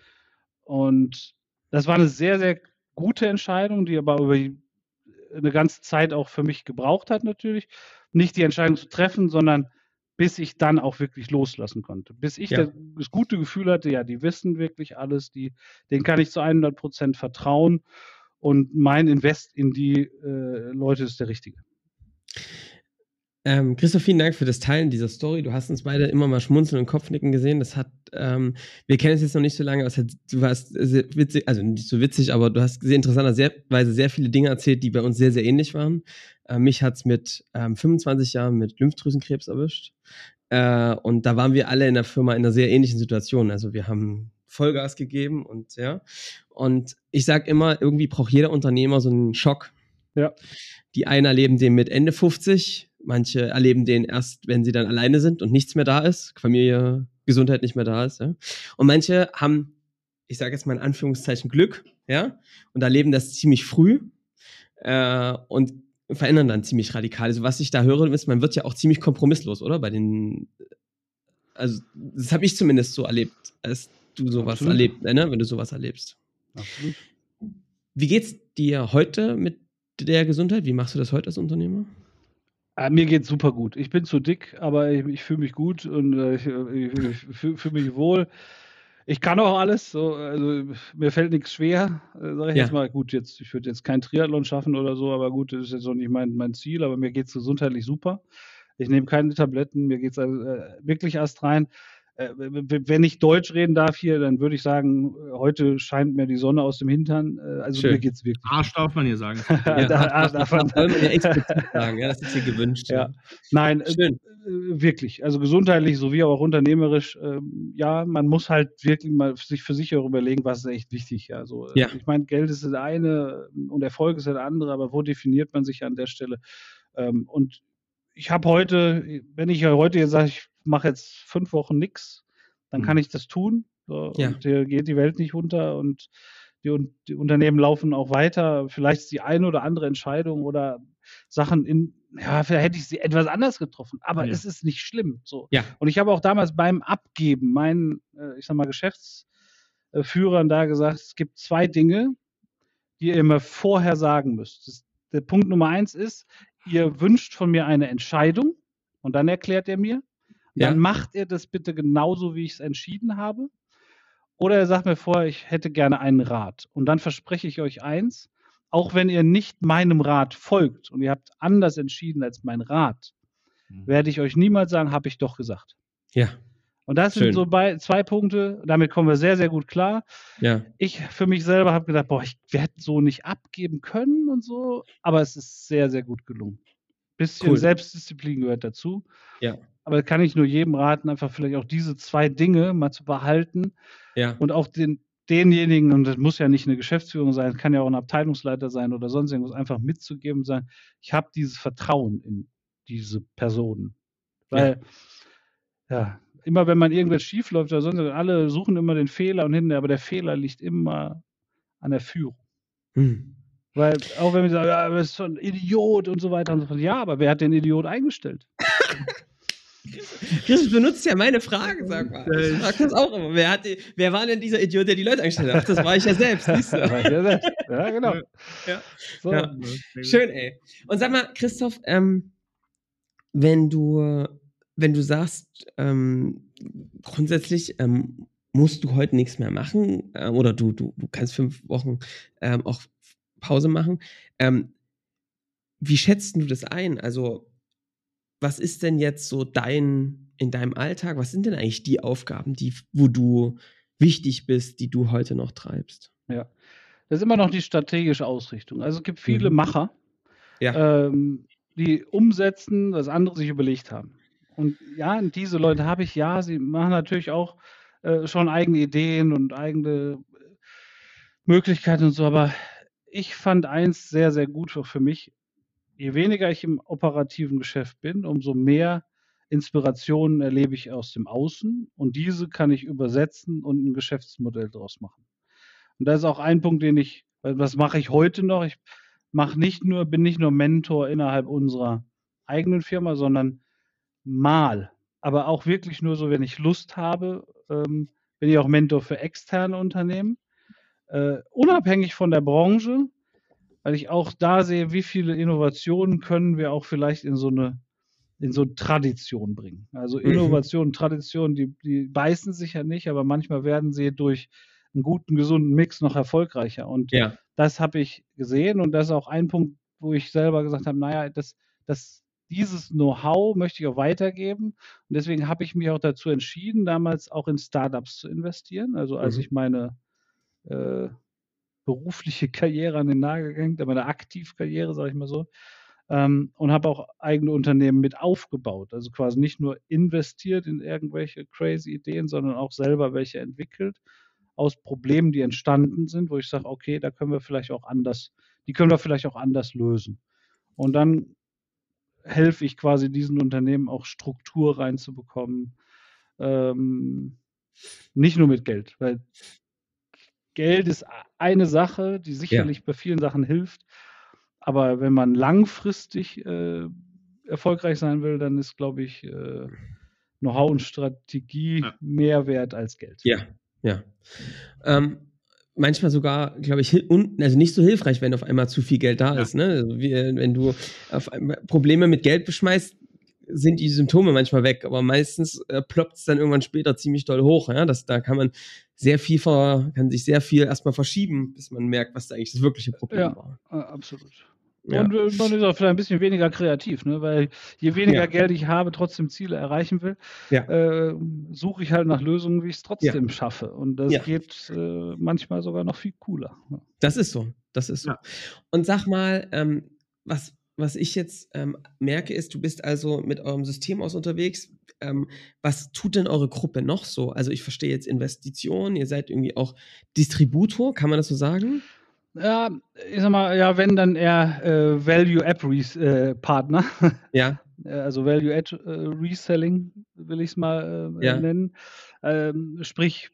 Und das war eine sehr, sehr gute Entscheidung, die aber über eine ganze Zeit auch für mich gebraucht hat natürlich. Nicht die Entscheidung zu treffen, sondern bis ich dann auch wirklich loslassen konnte. Bis ich Ja. das gute Gefühl hatte, ja, die wissen wirklich alles, denen kann ich zu 100% vertrauen und mein Invest in die Leute ist der richtige. Christoph, vielen Dank für das Teilen dieser Story. Du hast uns beide immer mal schmunzeln und Kopfnicken gesehen. Das hat, wir kennen es jetzt noch nicht so lange, aber du warst sehr witzig, also nicht so witzig, aber du hast sehr interessanterweise sehr viele Dinge erzählt, die bei uns sehr, sehr ähnlich waren. Mich hat es mit 25 Jahren mit Lymphdrüsenkrebs erwischt. Und da waren wir alle in der Firma in einer sehr ähnlichen Situation. Also wir haben Vollgas gegeben und ja. Und ich sage immer, irgendwie braucht jeder Unternehmer so einen Schock. Ja. Die einen erleben den mit Ende 50, manche erleben den erst, wenn sie dann alleine sind und nichts mehr da ist, Familie, Gesundheit nicht mehr da ist. Ja? Und manche haben, ich sage jetzt mal in Anführungszeichen, Glück, ja, und erleben das ziemlich früh und verändern dann ziemlich radikal. Also was ich da höre, ist, man wird ja auch ziemlich kompromisslos, oder? Also das habe ich zumindest so erlebt, als du sowas erlebst, ne? Wenn du sowas erlebst. Absolut. Wie geht's dir heute mit der Gesundheit? Wie machst du das heute als Unternehmer? Mir geht's super gut. Ich bin zu dick, aber ich fühle mich gut und ich fühle mich wohl. Ich kann auch alles, so, also mir fällt nichts schwer, sage ich Ja. jetzt mal. Gut, ich würde jetzt keinen Triathlon schaffen oder so, aber gut, das ist jetzt auch nicht mein Ziel, aber mir geht's gesundheitlich super. Ich nehme keine Tabletten, mir geht's wirklich erst rein. Wenn ich Deutsch reden darf hier, dann würde ich sagen, heute scheint mir die Sonne aus dem Hintern. Also Schön. mir geht's wirklich. Arsch darf man hier sagen. Ja, Arsch darf man soll man ja explizit sagen. Ja, das ist hier gewünscht. Ja. Nein, Schön. wirklich. Also gesundheitlich sowie auch unternehmerisch. Ja, man muss halt wirklich mal sich für sich auch überlegen, was ist echt wichtig. Ja, so, Ja. Ich meine, Geld ist das eine und Erfolg ist das andere, aber wo definiert man sich an der Stelle? Und ich habe heute, wenn ich heute jetzt sage, ich mache jetzt 5 Wochen nichts, dann kann ich das tun. So, Ja. Und hier geht die Welt nicht unter und die Unternehmen laufen auch weiter. Vielleicht ist die eine oder andere Entscheidung oder Sachen vielleicht hätte ich sie etwas anders getroffen, aber Ja. es ist nicht schlimm. So. Ja. Und ich habe auch damals beim Abgeben meinen, ich sag mal, Geschäftsführern da gesagt, es gibt 2 Dinge, die ihr immer vorher sagen müsst. Der Punkt Nummer 1 ist, ihr wünscht von mir eine Entscheidung und dann erklärt er mir, Ja. dann macht ihr das bitte genauso, wie ich es entschieden habe. Oder er sagt mir vorher, ich hätte gerne einen Rat. Und dann verspreche ich euch eins, auch wenn ihr nicht meinem Rat folgt und ihr habt anders entschieden als mein Rat, werde ich euch niemals sagen, habe ich doch gesagt. Ja. Und das Schön. sind so 2 Punkte, damit kommen wir sehr, sehr gut klar. Ja. Ich für mich selber habe gedacht, ich werde so nicht abgeben können und so, aber es ist sehr, sehr gut gelungen. Bisschen Cool. Selbstdisziplin gehört dazu. Ja. Aber kann ich nur jedem raten, einfach vielleicht auch diese 2 Dinge mal zu behalten Ja. und auch denjenigen, und das muss ja nicht eine Geschäftsführung sein, kann ja auch ein Abteilungsleiter sein oder sonst irgendwas, einfach mitzugeben und sagen, ich habe dieses Vertrauen in diese Personen. Weil, ja, immer wenn man irgendwas schief läuft oder sonst, alle suchen immer den Fehler und hinterher, aber der Fehler liegt immer an der Führung. Weil, auch wenn wir sagen, ja, das ist so ein Idiot und so weiter und so fort. Ja, aber wer hat den Idiot eingestellt? Chris benutzt ja meine Frage, sag mal. Ich frage das auch immer. Wer war denn dieser Idiot, der die Leute eingestellt hat? Ach, das war ich ja selbst, siehst du? Ja, genau. Ja. So. Ja. Schön, ey. Und sag mal, Christoph, wenn du sagst, grundsätzlich musst du heute nichts mehr machen oder du kannst 5 Wochen auch Pause machen. Wie schätzt du das ein? Also, was ist denn jetzt so in deinem Alltag, was sind denn eigentlich die Aufgaben, wo du wichtig bist, die du heute noch treibst? Ja, das ist immer noch die strategische Ausrichtung. Also es gibt viele Macher, Ja. die umsetzen, was andere sich überlegt haben. Und ja, diese Leute habe ich, sie machen natürlich auch schon eigene Ideen und eigene Möglichkeiten und so, aber ich fand eins sehr, sehr gut für mich. Je weniger ich im operativen Geschäft bin, umso mehr Inspirationen erlebe ich aus dem Außen und diese kann ich übersetzen und ein Geschäftsmodell draus machen. Und das ist auch ein Punkt, was mache ich heute noch? Ich bin nicht nur Mentor innerhalb unserer eigenen Firma, sondern aber auch wirklich nur so, wenn ich Lust habe, bin ich auch Mentor für externe Unternehmen, unabhängig von der Branche, weil ich auch da sehe, wie viele Innovationen können wir auch vielleicht in so eine Tradition bringen. Also Innovation und Tradition, die beißen sich ja nicht, aber manchmal werden sie durch einen guten, gesunden Mix noch erfolgreicher. Und Ja. das habe ich gesehen und das ist auch ein Punkt, wo ich selber gesagt habe, naja, dieses Know-how möchte ich auch weitergeben. Und deswegen habe ich mich auch dazu entschieden, damals auch in Startups zu investieren. Also als ich meine berufliche Karriere an den Nagel gehängt habe, meine Aktivkarriere, sage ich mal so, und habe auch eigene Unternehmen mit aufgebaut. Also quasi nicht nur investiert in irgendwelche crazy Ideen, sondern auch selber welche entwickelt aus Problemen, die entstanden sind, wo ich sage, okay, die können wir vielleicht auch anders lösen. Und dann helfe ich quasi diesen Unternehmen auch Struktur reinzubekommen. Nicht nur mit Geld, weil Geld ist eine Sache, die sicherlich bei vielen Sachen hilft. Aber wenn man langfristig erfolgreich sein will, dann ist, glaube ich, Know-how und Strategie mehr wert als Geld. Ja. Manchmal sogar, glaube ich, also nicht so hilfreich, wenn auf einmal zu viel Geld da ist. Ne? Also wenn du auf einmal Probleme mit Geld beschmeißt, sind die Symptome manchmal weg, aber meistens ploppt es dann irgendwann später ziemlich doll hoch. Ja? Da kann sich sehr viel erstmal verschieben, bis man merkt, was da eigentlich das wirkliche Problem war. Absolut. Ja. Und man ist auch vielleicht ein bisschen weniger kreativ, ne? Weil je weniger Geld ich habe, trotzdem Ziele erreichen will, suche ich halt nach Lösungen, wie ich es trotzdem schaffe. Und das geht manchmal sogar noch viel cooler. Das ist so. Ja. Und sag mal, was ich jetzt merke, ist, du bist also mit eurem System aus unterwegs. Was tut denn eure Gruppe noch so? Also ich verstehe jetzt Investitionen, ihr seid irgendwie auch Distributor, kann man das so sagen? Ja, ich sag mal, wenn dann eher Value-App-Partner. Ja. Also Value-Add-Reselling will ich es mal nennen. Sprich,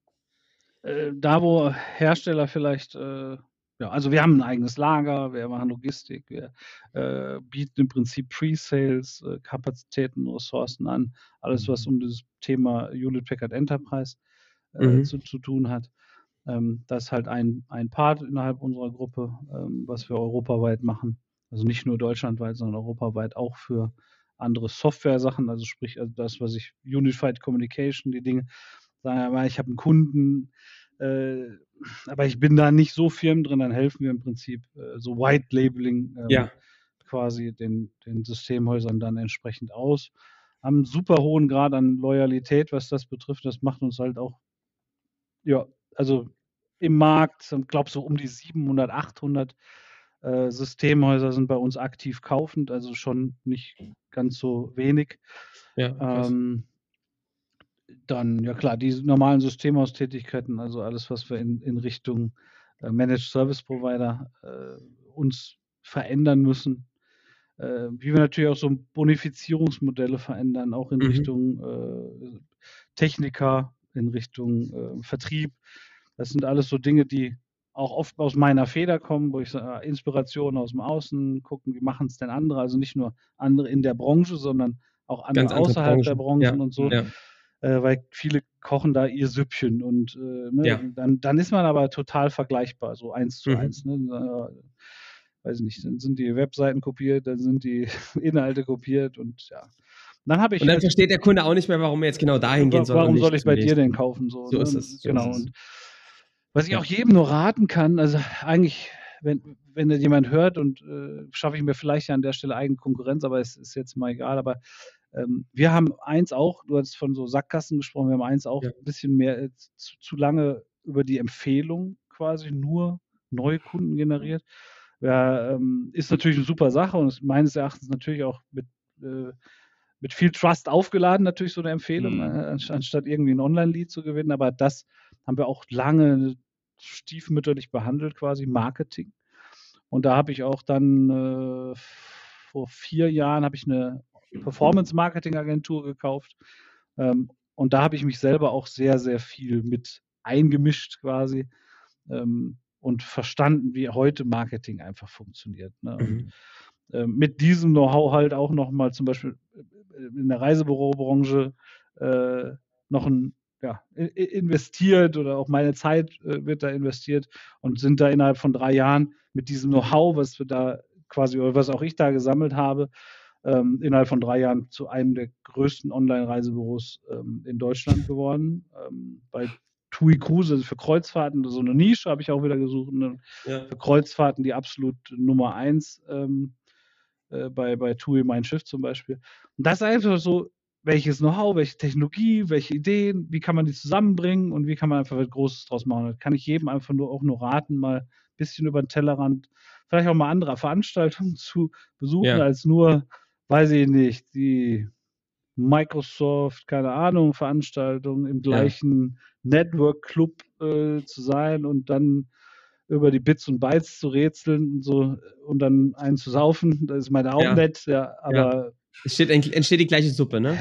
da wo Hersteller vielleicht, also wir haben ein eigenes Lager, wir machen Logistik, wir bieten im Prinzip Pre-Sales, Kapazitäten, Ressourcen an, alles was um dieses Thema Hewlett-Packard Enterprise zu tun hat. Das ist halt ein Part innerhalb unserer Gruppe, was wir europaweit machen. Also nicht nur deutschlandweit, sondern europaweit auch für andere Software-Sachen, also sprich das, was ich Unified Communication, die Dinge, sagen wir mal, ich habe einen Kunden, aber ich bin da nicht so firm drin, dann helfen wir im Prinzip so White Labeling quasi den Systemhäusern dann entsprechend aus. Haben einen super hohen Grad an Loyalität, was das betrifft. Das macht uns halt auch, also im Markt, ich glaube so um die 700, 800 Systemhäuser sind bei uns aktiv kaufend, also schon nicht ganz so wenig. Ja, dann, klar, die normalen Systemhaustätigkeiten, also alles, was wir in Richtung Managed Service Provider uns verändern müssen. Wie wir natürlich auch so Bonifizierungsmodelle verändern, auch in Richtung Techniker, in Richtung Vertrieb. Das sind alles so Dinge, die auch oft aus meiner Feder kommen, wo ich sage, Inspiration aus dem Außen, gucken, wie machen es denn andere, also nicht nur andere in der Branche, sondern auch andere außerhalb der Branchen und so. Ja. Weil viele kochen da ihr Süppchen und dann ist man aber total vergleichbar, so 1:1. Ne? Weiß ich nicht, dann sind die Webseiten kopiert, dann sind die Inhalte kopiert und Dann versteht der Kunde auch nicht mehr, warum er jetzt genau dahin gehen soll. Warum soll ich bei dir denn kaufen? So ne? Ist es. Genau. Und was ich auch jedem nur raten kann, also eigentlich, wenn das jemand hört und schaffe ich mir vielleicht an der Stelle eigene Konkurrenz, aber es ist jetzt mal egal, aber wir haben eins auch, du hast von so Sackgassen gesprochen, wir haben eins auch ein bisschen mehr zu lange über die Empfehlung quasi nur neue Kunden generiert. Ja, ist natürlich eine super Sache und ist meines Erachtens natürlich auch mit viel Trust aufgeladen, natürlich so eine Empfehlung, anstatt irgendwie ein Online-Lead zu gewinnen. Aber das haben wir auch lange stiefmütterlich behandelt, quasi Marketing. Und da habe ich auch dann vor 4 Jahren habe ich eine Performance-Marketing-Agentur gekauft. Und da habe ich mich selber auch sehr, sehr viel mit eingemischt quasi und verstanden, wie heute Marketing einfach funktioniert. Ne? Und mit diesem Know-how halt auch nochmal zum Beispiel in der Reisebürobranche noch investiert oder auch meine Zeit wird da investiert und sind da innerhalb von 3 Jahren mit diesem Know-how, was wir da quasi, oder was auch ich da gesammelt habe, innerhalb von 3 Jahren zu einem der größten Online-Reisebüros in Deutschland geworden. Bei TUI Cruise, also für Kreuzfahrten, so eine Nische habe ich auch wieder gesucht. Für Kreuzfahrten die absolut Nummer 1 bei TUI Mein Schiff zum Beispiel. Und das ist einfach so, welches Know-how, welche Technologie, welche Ideen, wie kann man die zusammenbringen und wie kann man einfach was Großes draus machen. Da kann ich jedem einfach nur raten, mal ein bisschen über den Tellerrand, vielleicht auch mal andere Veranstaltungen zu besuchen, als nur, weiß ich nicht, die Microsoft, keine Ahnung, Veranstaltung im gleichen Network-Club zu sein und dann über die Bits und Bytes zu rätseln und so und dann einen zu saufen. Das ist meine auch nett, aber es entsteht die gleiche Suppe, ne?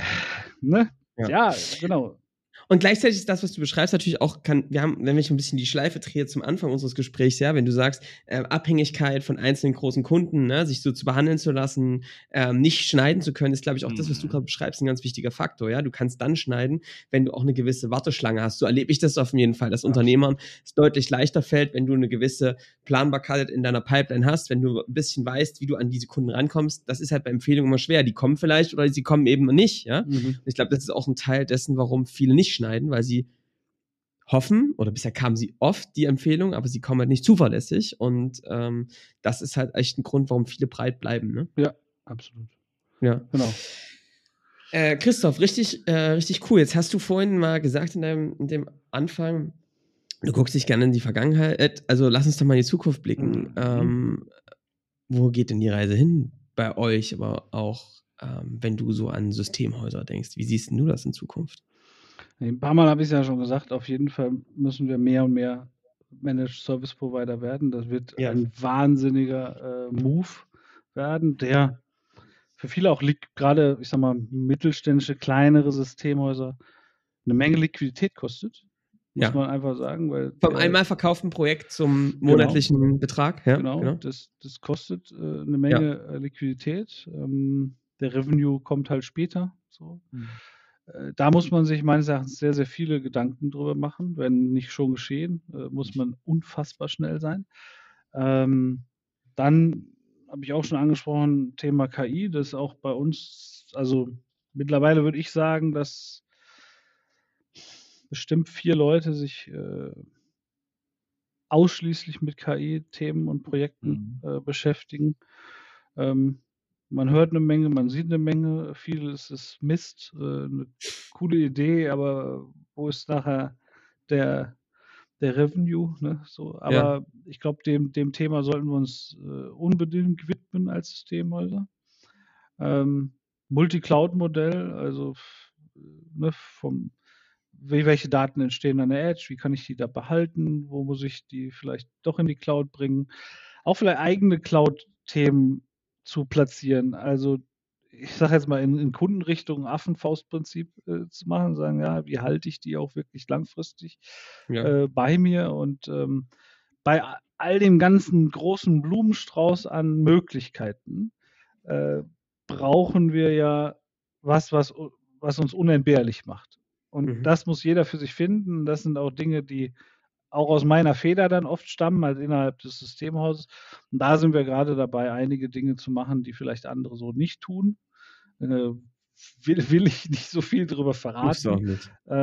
Ja, genau. Und gleichzeitig ist das, was du beschreibst, natürlich auch, wenn ich ein bisschen die Schleife drehe zum Anfang unseres Gesprächs, wenn du sagst, Abhängigkeit von einzelnen großen Kunden, ne, sich so zu behandeln zu lassen, nicht schneiden zu können, ist, glaube ich, auch das, was du gerade beschreibst, ein ganz wichtiger Faktor, ja. Du kannst dann schneiden, wenn du auch eine gewisse Warteschlange hast. So erlebe ich das auf jeden Fall, dass Unternehmern es deutlich leichter fällt, wenn du eine gewisse Planbarkeit in deiner Pipeline hast, wenn du ein bisschen weißt, wie du an diese Kunden rankommst. Das ist halt bei Empfehlungen immer schwer. Die kommen vielleicht oder sie kommen eben nicht, ja. Ich glaube, das ist auch ein Teil dessen, warum viele nicht schneiden, weil sie hoffen, oder bisher kamen sie oft die Empfehlung, aber sie kommen halt nicht zuverlässig und das ist halt echt ein Grund, warum viele breit bleiben. Ne? Ja, absolut. Ja, genau. Christoph, richtig cool. Jetzt hast du vorhin mal gesagt in dem Anfang, du guckst dich gerne in die Vergangenheit, also lass uns doch mal in die Zukunft blicken. Wo geht denn die Reise hin bei euch, aber auch wenn du so an Systemhäuser denkst? Wie siehst du das in Zukunft? Ein paar Mal habe ich es ja schon gesagt, auf jeden Fall müssen wir mehr und mehr Managed Service Provider werden. Das wird ein wahnsinniger Move werden, der für viele auch liegt, gerade, ich sag mal, mittelständische, kleinere Systemhäuser eine Menge Liquidität kostet, muss man einfach sagen. Weil vom einmal verkauften Projekt zum monatlichen Betrag. Ja, genau. Das kostet eine Menge Liquidität. Der Revenue kommt halt später. So. Da muss man sich meines Erachtens sehr, sehr viele Gedanken drüber machen. Wenn nicht schon geschehen, muss man unfassbar schnell sein. Dann habe ich auch schon angesprochen, Thema KI, das ist auch bei uns, also mittlerweile würde ich sagen, dass bestimmt 4 Leute sich ausschließlich mit KI-Themen und Projekten beschäftigen. Man hört eine Menge, man sieht eine Menge, vieles ist Mist, eine coole Idee, aber wo ist nachher der Revenue? Ne? So, aber ich glaube, dem Thema sollten wir uns unbedingt widmen als Systemhäuser. Multi-Cloud-Modell, also welche Daten entstehen an der Edge, wie kann ich die da behalten, wo muss ich die vielleicht doch in die Cloud bringen, auch vielleicht eigene Cloud-Themen zu platzieren. Also ich sage jetzt mal in Kundenrichtung Affenfaustprinzip zu machen, sagen, ja, wie halte ich die auch wirklich langfristig bei mir und bei all dem ganzen großen Blumenstrauß an Möglichkeiten brauchen wir ja was uns unentbehrlich macht. Und das muss jeder für sich finden. Das sind auch Dinge, die auch aus meiner Feder dann oft stammen, also innerhalb des Systemhauses. Und da sind wir gerade dabei, einige Dinge zu machen, die vielleicht andere so nicht tun. Will ich nicht so viel drüber verraten.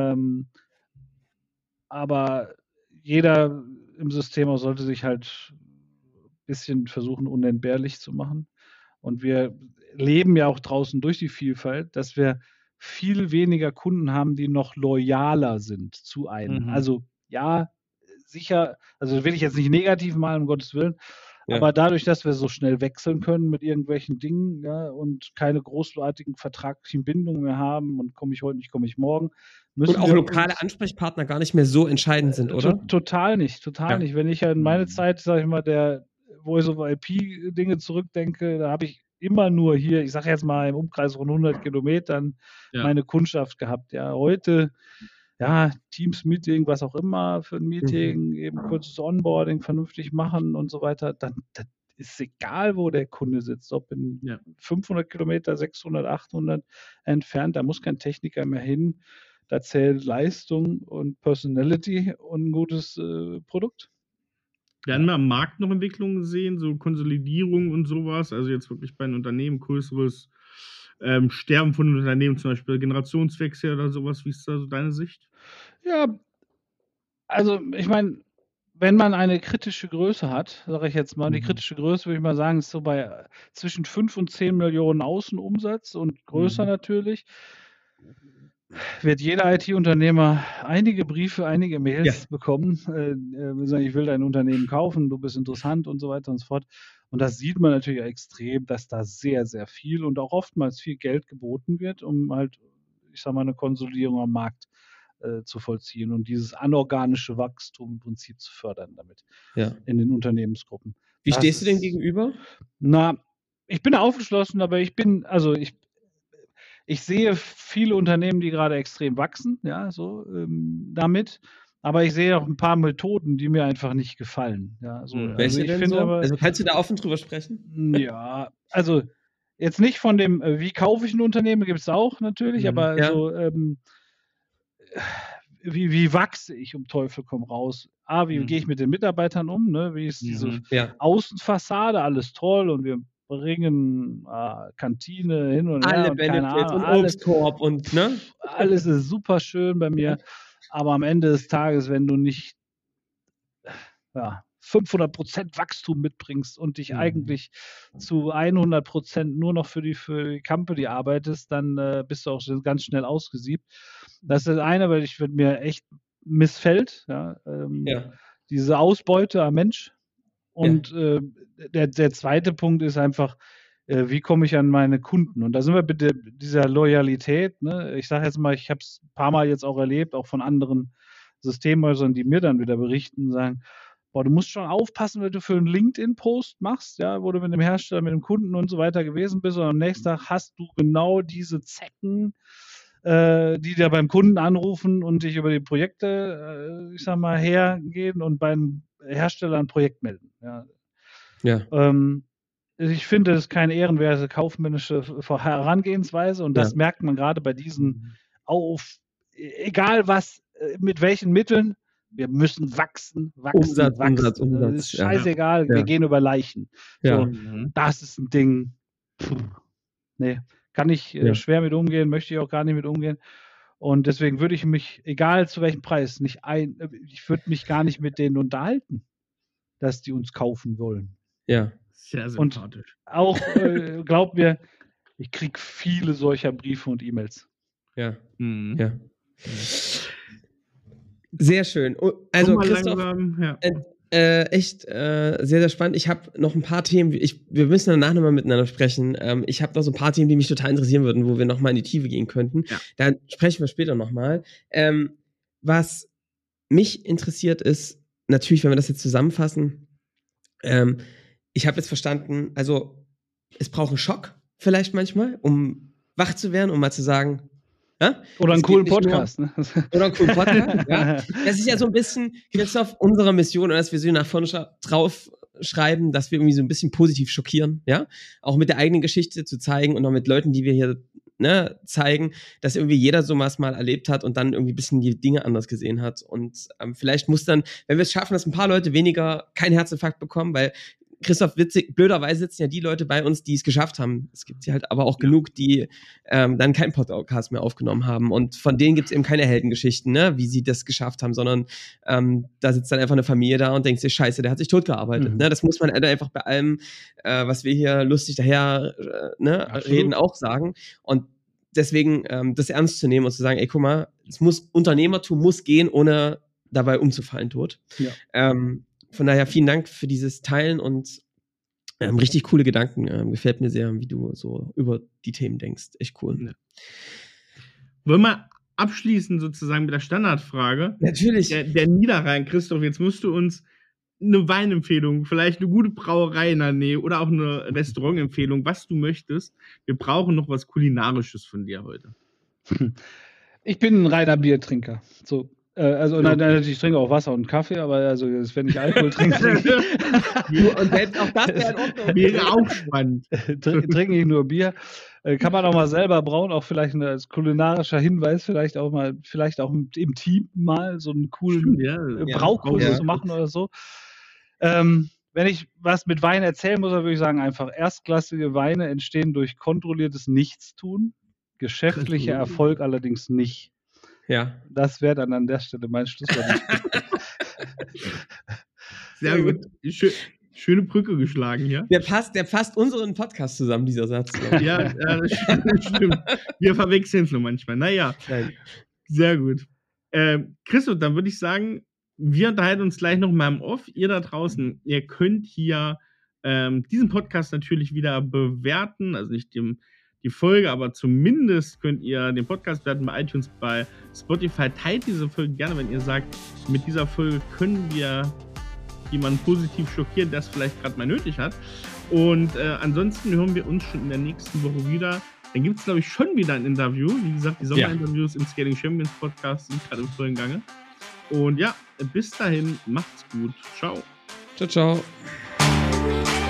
Aber jeder im Systemhaus sollte sich halt ein bisschen versuchen, unentbehrlich zu machen. Und wir leben ja auch draußen durch die Vielfalt, dass wir viel weniger Kunden haben, die noch loyaler sind zu einem. Also ja, sicher, also will ich jetzt nicht negativ malen, um Gottes Willen, aber dadurch, dass wir so schnell wechseln können mit irgendwelchen Dingen und keine großartigen vertraglichen Bindungen mehr haben und komme ich heute nicht, komme ich morgen. Und auch lokale Ansprechpartner gar nicht mehr so entscheidend sind, oder? Total nicht. Wenn ich an meine Zeit, sage ich mal, der Voice-over-IP-Dinge zurückdenke, da habe ich immer nur hier, ich sage jetzt mal im Umkreis von 100 Kilometern, meine Kundschaft gehabt. Ja, heute, ja, Teams-Meeting, was auch immer für ein Meeting, eben kurzes Onboarding vernünftig machen und so weiter. Dann ist egal, wo der Kunde sitzt, ob in 500 Kilometer, 600, 800 entfernt, da muss kein Techniker mehr hin. Da zählt Leistung und Personality und ein gutes Produkt. Werden wir am Markt noch Entwicklungen sehen, so Konsolidierung und sowas? Also jetzt wirklich bei einem Unternehmen größeres Sterben von einem Unternehmen, zum Beispiel Generationswechsel oder sowas. Wie ist da so deine Sicht? Ja, also ich meine, wenn man eine kritische Größe hat, sage ich jetzt mal, die kritische Größe würde ich mal sagen, ist so bei zwischen 5 und 10 Millionen Außenumsatz und größer natürlich, wird jeder IT-Unternehmer einige Briefe, einige Mails bekommen, sagen, ich will dein Unternehmen kaufen, du bist interessant und so weiter und so fort. Und das sieht man natürlich extrem, dass da sehr, sehr viel und auch oftmals viel Geld geboten wird, um halt, ich sage mal, eine Konsolidierung am Markt zu vollziehen und dieses anorganische Wachstum im Prinzip zu fördern damit in den Unternehmensgruppen. Wie stehst du dem gegenüber? Na, ich bin aufgeschlossen, aber ich sehe viele Unternehmen, die gerade extrem wachsen, ja, so damit. Aber ich sehe auch ein paar Methoden, die mir einfach nicht gefallen. Ja, so. Welche denn so? Also kannst du da offen drüber sprechen? Ja, also jetzt nicht von dem, wie kaufe ich ein Unternehmen, gibt es auch natürlich, aber so wie wachse ich um Teufel komm raus? Wie gehe ich mit den Mitarbeitern um? Ne? Wie ist diese Außenfassade? Alles toll und wir bringen Kantine hin und her. Alle und Benefits keine Ahnung, und Obstkorb und ne? Alles ist super schön bei mir. Aber am Ende des Tages, wenn du nicht 500% Wachstum mitbringst und dich eigentlich zu 100% nur noch für die Company arbeitest, dann bist du auch ganz schnell ausgesiebt. Das ist das eine, weil mir echt missfällt, diese Ausbeute am Mensch. Und der zweite Punkt ist einfach, wie komme ich an meine Kunden? Und da sind wir mit dieser Loyalität. Ne? Ich sage jetzt mal, ich habe es ein paar Mal jetzt auch erlebt, auch von anderen Systemhäusern, die mir dann wieder berichten, sagen, boah, du musst schon aufpassen, wenn du für einen LinkedIn-Post machst, ja, wo du mit dem Hersteller, mit dem Kunden und so weiter gewesen bist und am nächsten Tag hast du genau diese Zecken, die dir beim Kunden anrufen und dich über die Projekte, ich sag mal, hergehen und beim Hersteller ein Projekt melden. Ich finde, das ist keine ehrenwerte kaufmännische Herangehensweise und das merkt man gerade bei diesen egal was, mit welchen Mitteln, wir müssen wachsen. Umsatz. Das ist scheißegal, wir gehen über Leichen. So, das ist ein Ding, kann ich schwer mit umgehen, möchte ich auch gar nicht mit umgehen. Und deswegen würde ich mich, egal zu welchem Preis, ich würde mich gar nicht mit denen unterhalten, dass die uns kaufen wollen. Ja. Sehr sympathisch. Und auch, glaub mir, ich kriege viele solcher Briefe und E-Mails. Ja. Sehr schön. Also Christoph, echt sehr, sehr spannend. Ich habe noch ein paar Themen, wir müssen danach nochmal miteinander sprechen. Ich habe noch so ein paar Themen, die mich total interessieren würden, wo wir nochmal in die Tiefe gehen könnten. Dann sprechen wir später nochmal. Was mich interessiert ist, natürlich, wenn wir das jetzt zusammenfassen, ich habe jetzt verstanden, also es braucht einen Schock vielleicht manchmal, um wach zu werden, um mal zu sagen, oder einen coolen Podcast. Ne? Oder einen coolen Podcast, Das ist ja so ein bisschen, Christoph, unsere Mission, oder dass wir so nach vorne drauf schreiben, dass wir irgendwie so ein bisschen positiv schockieren, auch mit der eigenen Geschichte zu zeigen und auch mit Leuten, die wir hier zeigen, dass irgendwie jeder sowas mal erlebt hat und dann irgendwie ein bisschen die Dinge anders gesehen hat und vielleicht muss dann, wenn wir es schaffen, dass ein paar Leute weniger keinen Herzinfarkt bekommen, weil Christoph, blöderweise sitzen ja die Leute bei uns, die es geschafft haben. Es gibt ja halt aber auch genug, die dann keinen Podcast mehr aufgenommen haben. Und von denen gibt es eben keine Heldengeschichten, wie sie das geschafft haben, sondern da sitzt dann einfach eine Familie da und denkt sich, scheiße, der hat sich totgearbeitet. Das muss man einfach bei allem, was wir hier lustig daher reden, auch sagen. Und deswegen das ernst zu nehmen und zu sagen, ey, guck mal, Unternehmertum muss gehen, ohne dabei umzufallen tot. Von daher vielen Dank für dieses Teilen und richtig coole Gedanken. Gefällt mir sehr, wie du so über die Themen denkst. Echt cool. Ja. Wollen wir abschließen sozusagen mit der Standardfrage? Natürlich. Der Niederrhein, Christoph, jetzt musst du uns eine Weinempfehlung, vielleicht eine gute Brauerei in der Nähe oder auch eine Restaurantempfehlung, was du möchtest. Wir brauchen noch was Kulinarisches von dir heute. Ich bin ein reiner Biertrinker. So. Natürlich, ich trinke auch Wasser und Kaffee, aber also, wenn ich Alkohol trinke, Und selbst auch das wäre in Ordnung. Wäre auch spannend. trinke ich nur Bier. Kann man auch mal selber brauen, auch vielleicht als kulinarischer Hinweis, vielleicht auch im Team mal so einen coolen Braukurs zu machen oder so. Wenn ich was mit Wein erzählen muss, dann würde ich sagen, einfach erstklassige Weine entstehen durch kontrolliertes Nichtstun, geschäftlicher Erfolg allerdings nicht. Ja. Das wäre dann an der Stelle mein Schlusswort. Sehr gut. Schöne Brücke geschlagen hier. Der passt unseren Podcast zusammen, dieser Satz. Ja, das stimmt. Wir verwechseln es nur manchmal. Naja, sehr gut. Christoph, dann würde ich sagen, wir unterhalten uns gleich noch mal im Off. Ihr da draußen, ihr könnt hier diesen Podcast natürlich wieder bewerten, also nicht die Folge, aber zumindest könnt ihr den Podcast bewerten bei iTunes, bei Spotify. Teilt diese Folge gerne, wenn ihr sagt, mit dieser Folge können wir jemanden positiv schockieren, der es vielleicht gerade mal nötig hat. Und ansonsten hören wir uns schon in der nächsten Woche wieder. Dann gibt es, glaube ich, schon wieder ein Interview. Wie gesagt, die Sommerinterviews im Scaling Champions Podcast sind gerade im vollen Gange. Und ja, bis dahin, macht's gut. Ciao. Ciao, ciao.